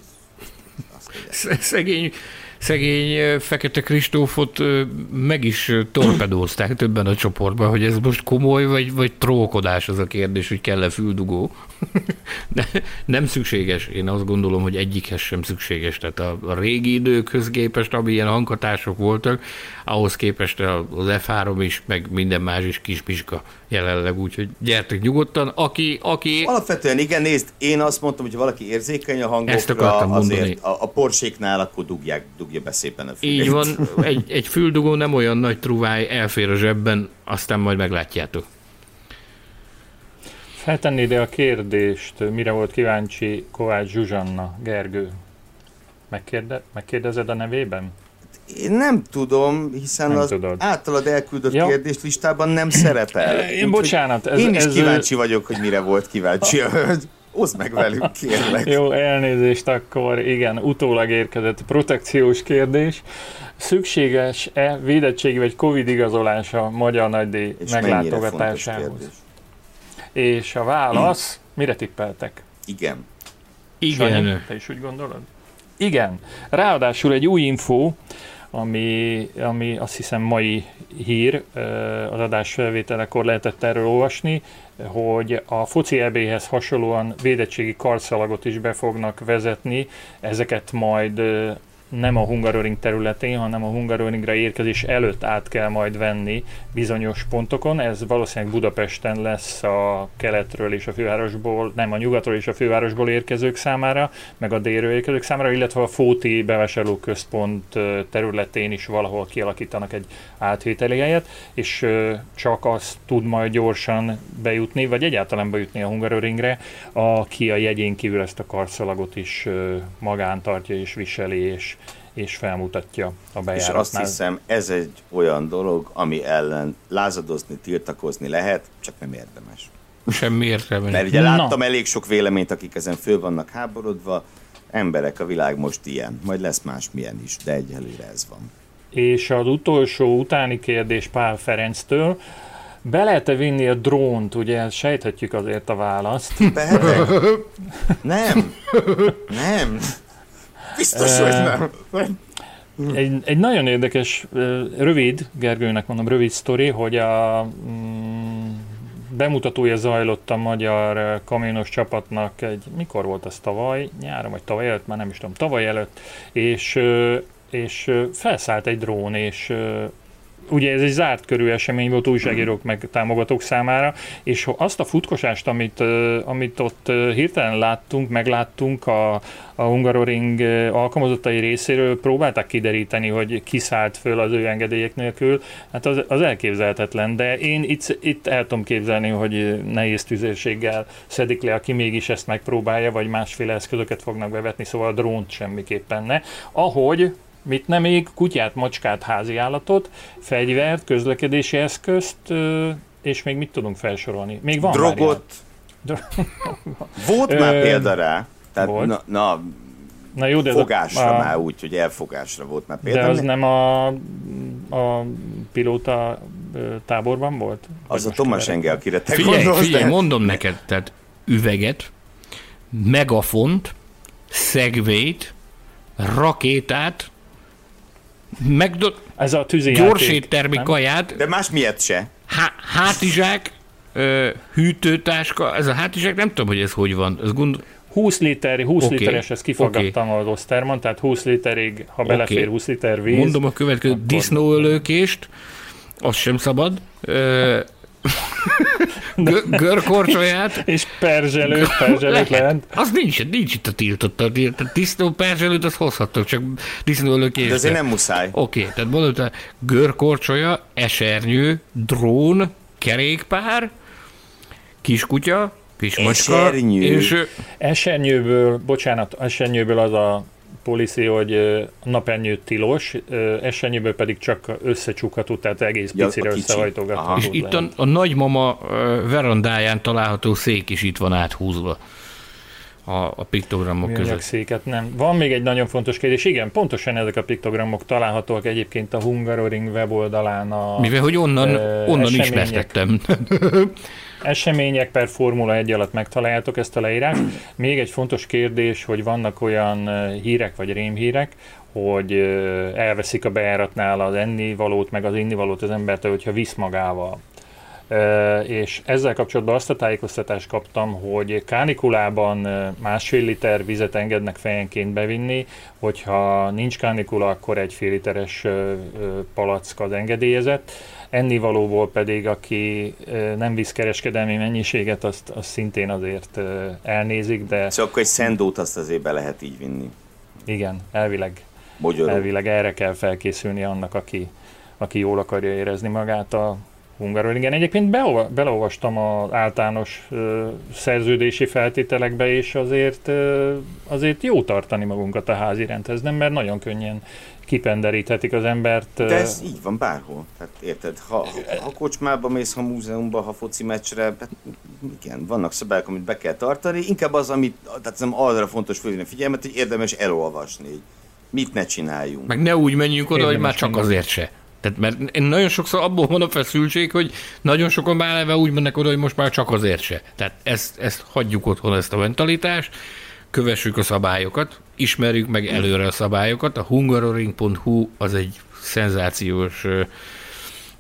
Szegény Fekete Kristófot meg is torpedózták többen a csoportban, hogy ez most komoly, vagy trókodás az a kérdés, hogy kell-e füldugó. De nem szükséges, én azt gondolom, hogy egyikhez sem szükséges. Tehát a régi időkhöz képest, amilyen hanghatások voltak, ahhoz képest az F3 is, meg minden más is kispiska jelenleg, úgyhogy gyertek nyugodtan. Aki... Alapvetően igen, nézd, én azt mondtam, hogy valaki érzékeny a hangokra, azért a Porséknál akkor dugja be szépen a fülét. Így van, egy füldugó nem olyan nagy truváj, elfér a zsebben, aztán majd meglátjátok. Feltennéd a kérdést, mire volt kíváncsi Kovács Zsuzsanna, Gergő? Megkérdezed a nevében? Én nem tudom, hiszen az általad elküldött kérdéslistában nem szerepel. Bocsánat. Én is kíváncsi vagyok, hogy mire volt kíváncsi a hölgy. Oszd meg velük, kérlek. Jó, elnézést akkor, igen, utólag érkezett protekciós kérdés. Szükséges-e védettségi vagy Covid igazolás a Magyar Nagydíj meglátogatásához? És a válasz, mire tippeltek? Igen. Sanyi, te is úgy gondolod? Igen. Ráadásul egy új info, ami azt hiszem mai hír, az adás felvételekor lehetett erről olvasni, hogy a foci EB-hez hasonlóan védettségi karszalagot is be fognak vezetni, ezeket majd nem a Hungaroring területén, hanem a Hungaroringra érkezés előtt át kell majd venni bizonyos pontokon. Ez valószínűleg Budapesten lesz a keletről és a fővárosból, nem a nyugatról és a fővárosból érkezők számára, meg a délről érkezők számára, illetve a Fóti bevásárlóközpont területén is valahol kialakítanak egy átvételi helyet, és csak az tud majd gyorsan bejutni, vagy egyáltalán bejutni a Hungaroringre, aki a jegyén kívül ezt a karszalagot is magán tartja és viseli, és felmutatja a bejáratnál. És azt hiszem, ez egy olyan dolog, ami ellen lázadozni, tiltakozni lehet, csak nem érdemes. Semmi értelme. Mert ugye láttam elég sok véleményt, akik ezen föl vannak háborodva, emberek, a világ most ilyen, majd lesz másmilyen is, de egyelőre ez van. És az utolsó utáni kérdés Pál Ferenctől, be lehet-e vinni a drónt, ugye sejthetjük azért a választ. Behetek? Nem. Biztos, hogy nem. Egy nagyon érdekes, rövid, Gergőnek mondom, rövid sztori, hogy a bemutatója zajlott a magyar kamionos csapatnak mikor volt az tavaly, nyáron vagy tavaly előtt, már nem is tudom, tavaly előtt, és felszállt egy drón, és ugye ez egy zárt körű esemény volt újságírók meg támogatók számára, és azt a futkosást, amit ott hirtelen megláttunk a Hungaroring alkalmazottai részéről, próbálták kideríteni, hogy kiszállt föl az ő engedélyek nélkül, hát az elképzelhetetlen, de én itt el tudom képzelni, hogy nehéz tüzérséggel szedik le, aki mégis ezt megpróbálja, vagy másféle eszközöket fognak bevetni, szóval a drónt semmiképpen ne. Ahogy mit nem még kutyát, macskát, házi állatot, fegyvert, közlekedési eszközt, és még mit tudunk felsorolni? Még van drogot. Volt már példa rá. Tehát na jó, de fogásra már úgy, hogy elfogásra volt már példa. De az nem a pilóta táborban volt? Az a Thomas Engel, akire te Figyelj, mondom neked, tehát üveget, megafont, szegvélyt, rakétát, ez a gyors éttermi kaját. De más miért se? Hátizsák, hűtőtáska, ez a hátizsák, nem tudom, hogy ez hogy van. Ez 20 literes, ezt kifaggattam az Oszterman, tehát 20 literig, ha belefér 20 liter víz. Mondom a következő, disznóölőkést, az sem szabad. Görkorcsolyát. És perzselőt lehet. Az nincs itt a tiltott. A disznó perzselőt azt hozhattok, csak disznóölőkést. De azért nem muszáj. Oké, tehát mondom, görkorcsolya, esernyő, drón, kerékpár, kiskutya, kismacska. Esernyőből az a policy, hogy napernyő tilos, esernyőből pedig csak összecsukható, tehát egész picire összehajtogatható. És itt a nagymama verandáján található szék is itt van áthúzva a piktogramok között. Széket nem. Van még egy nagyon fontos kérdés. Igen, pontosan ezek a piktogramok találhatóak egyébként a Hungaroring weboldalán. Mivel, hogy onnan ismertettem. Események per Formula 1 alatt megtaláljátok ezt a leírást. Még egy fontos kérdés, hogy vannak olyan hírek vagy rémhírek, hogy elveszik a bejáratnál az ennivalót, meg az innivalót az embertől, hogyha visz magával. És ezzel kapcsolatban azt a tájékoztatást kaptam, hogy kánikulában 1,5 liter vizet engednek fejenként bevinni, hogyha nincs kánikula, akkor egy fél literes palack az engedélyezett. Ennivalóból pedig, aki nem visz kereskedelmi mennyiséget, azt szintén azért elnézik, de... Szóval akkor egy szendót azt azért be lehet így vinni. Igen, elvileg erre kell felkészülni annak, aki jól akarja érezni magát a Hungaroringen. Egyébként beleolvastam az általános szerződési feltételekbe, és azért jó tartani magunkat a házirendhez, nem, mert nagyon könnyen kipenderíthetik az embert. De ez így van bárhol. Tehát érted, ha kocsmába mész, ha múzeumba, ha foci meccsre, hát igen, vannak szabályok, amit be kell tartani. Inkább az, tehát nem arra fontos fölhívni a figyelmet, hogy érdemes elolvasni, hogy mit ne csináljunk. Meg ne úgy menjünk oda, hogy már csak azért se. Tehát, mert én nagyon sokszor abból van a feszültség, hogy nagyon sokan már eleve úgy mennek oda, hogy most már csak azért se. Tehát ezt hagyjuk otthon, ezt a mentalitást, kövessük a szabályokat, ismerjük meg előre a szabályokat. A hungaroring.hu az egy szenzációs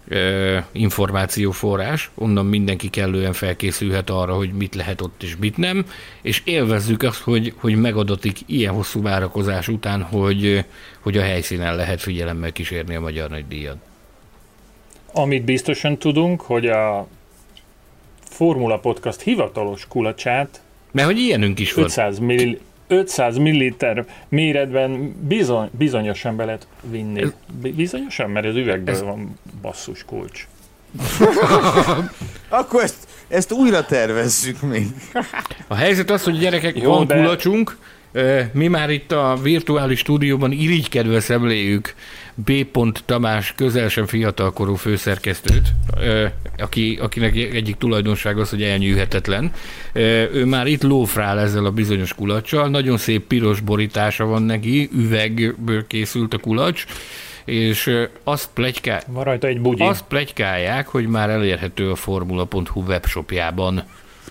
információforrás, onnan mindenki kellően felkészülhet arra, hogy mit lehet ott és mit nem, és élvezzük azt, hogy megadatik ilyen hosszú várakozás után, hogy a helyszínen lehet figyelemmel kísérni a Magyar Nagydíjat. Amit biztosan tudunk, hogy a Formula Podcast hivatalos kulacsát, mert hogy ilyenünk is van. 500 milliliter méretben bizonyosan be lehet vinni. Bizonyosan, mert az üvegből van basszus kulcs. Akkor ezt újra tervezzük még. A helyzet az, hogy gyerekek, van kulacsunk, mi már itt a virtuális stúdióban irigykedve szemléljük B. Tamás közel sem fiatalkorú főszerkesztőt, akinek egyik tulajdonság az, hogy elnyűhetetlen. Ő már itt lófrál ezzel a bizonyos kulacsal, nagyon szép piros borítása van neki, üvegből készült a kulacs, és azt pletykálják, hogy már elérhető a formula.hu webshopjában.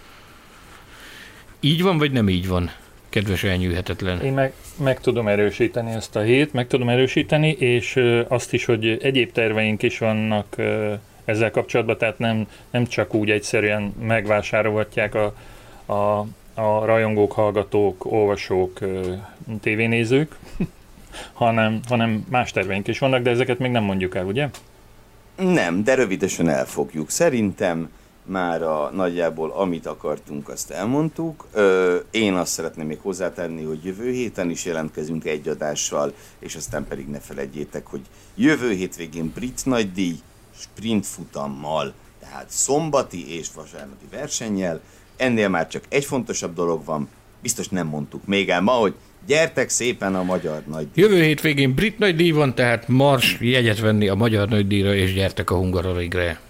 Így van, vagy nem így van? Kedves elnyűhetetlen. Én meg tudom erősíteni ezt a hét, és azt is, hogy egyéb terveink is vannak ezzel kapcsolatban, tehát nem csak úgy egyszerűen megvásárolhatják a rajongók, hallgatók, olvasók, tévénézők, hanem más terveink is vannak, de ezeket még nem mondjuk el, ugye? Nem, de rövidesen elfogjuk. Szerintem már nagyjából amit akartunk, azt elmondtuk. Én azt szeretném még hozzátenni, hogy jövő héten is jelentkezünk egy adással, és aztán pedig ne feledjétek, hogy jövő hétvégén brit nagydíj sprint futammal, tehát szombati és vasárnapi versennyel. Ennél már csak egy fontosabb dolog van, biztos nem mondtuk még el ma, hogy gyertek szépen a Magyar Nagydíj. Jövő hétvégén brit nagydíj van, tehát mars jegyet venni a Magyar Nagydíjra, és gyertek a Hungarorigre.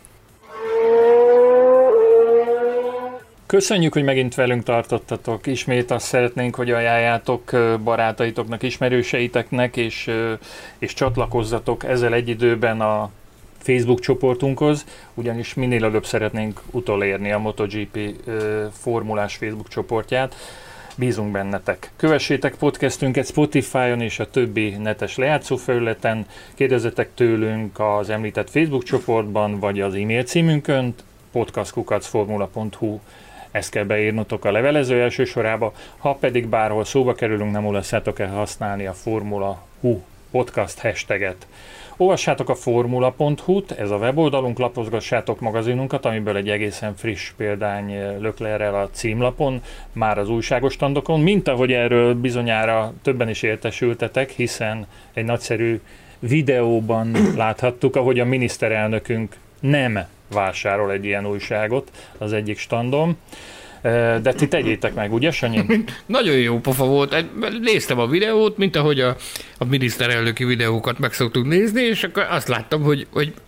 Köszönjük, hogy megint velünk tartottatok. Ismét azt szeretnénk, hogy ajánljátok barátaitoknak, ismerőseiteknek, és csatlakozzatok ezzel egy időben a Facebook csoportunkhoz, ugyanis minél előbb szeretnénk utolérni a MotoGP formulás Facebook csoportját. Bízunk bennetek. Kövessétek podcastünket Spotify-on és a többi netes lejátszófelületen, kérdezzetek tőlünk az említett Facebook csoportban, vagy az e-mail címünkön, podcast@formula.hu. Ezt kell beírnotok a levelező első sorába, ha pedig bárhol szóba kerülünk, nem mulasszátok el használni a Formula.hu podcast hashtaget. Olvassátok a formula.hu-t, ez a weboldalunk, lapozgassátok magazinunkat, amiből egy egészen friss példány Leclerrel a címlapon, már az újságos standokon, mint ahogy erről bizonyára többen is értesültetek, hiszen egy nagyszerű videóban láthattuk, ahogy a miniszterelnökünk nem vásárol egy ilyen újságot az egyik standon. De ti tegyétek meg, ugye, Sanyi? Nagyon jó pofa volt. Néztem a videót, mint ahogy a miniszterelnöki videókat meg szoktuk nézni, és akkor azt láttam, hogy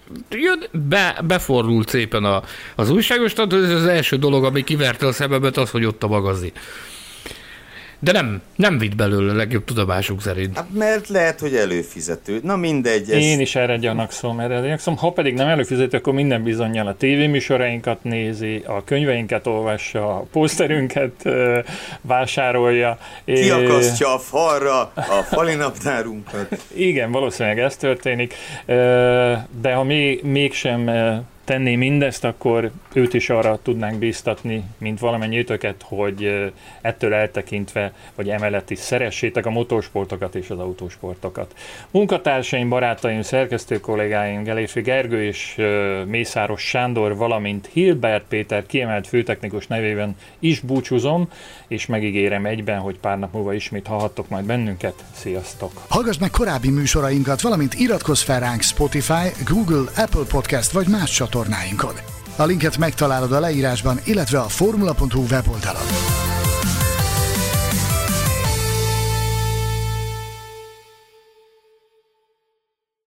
befordult szépen az újságos stand, ez az első dolog, ami kiverte a szememet, az, hogy ott a magazin. De nem vitt belőle legjobb tudomásunk szerint. Hát mert lehet, hogy előfizető. Na mindegy. Én is erre gyanakszom. Ha pedig nem előfizető, akkor minden bizonnyal a tévéműsorainkat nézi, a könyveinket olvassa, a poszterünket vásárolja. Kiakasztja a falra a falinaptárunkat. Igen, valószínűleg ez történik. De ha mégsem tenné mindezt, akkor őt is arra tudnánk bíztatni, mint valamennyi őtöket, hogy ettől eltekintve, vagy emellett is szeressétek a motorsportokat és az autósportokat. Munkatársaim, barátaim, szerkesztő kollégáim, Gelérfi Gergő és Mészáros Sándor, valamint Hilbert Péter kiemelt főtechnikus nevében is búcsúzom, és megígérem egyben, hogy pár nap múlva ismét hallhattok majd bennünket. Sziasztok! Hallgass meg korábbi műsorainkat, valamint iratkozz fel ránk Spotify, Google, Apple Podcast vagy más csatornáinkon. A linket megtalálod a leírásban, illetve a formula.hu weboldalon.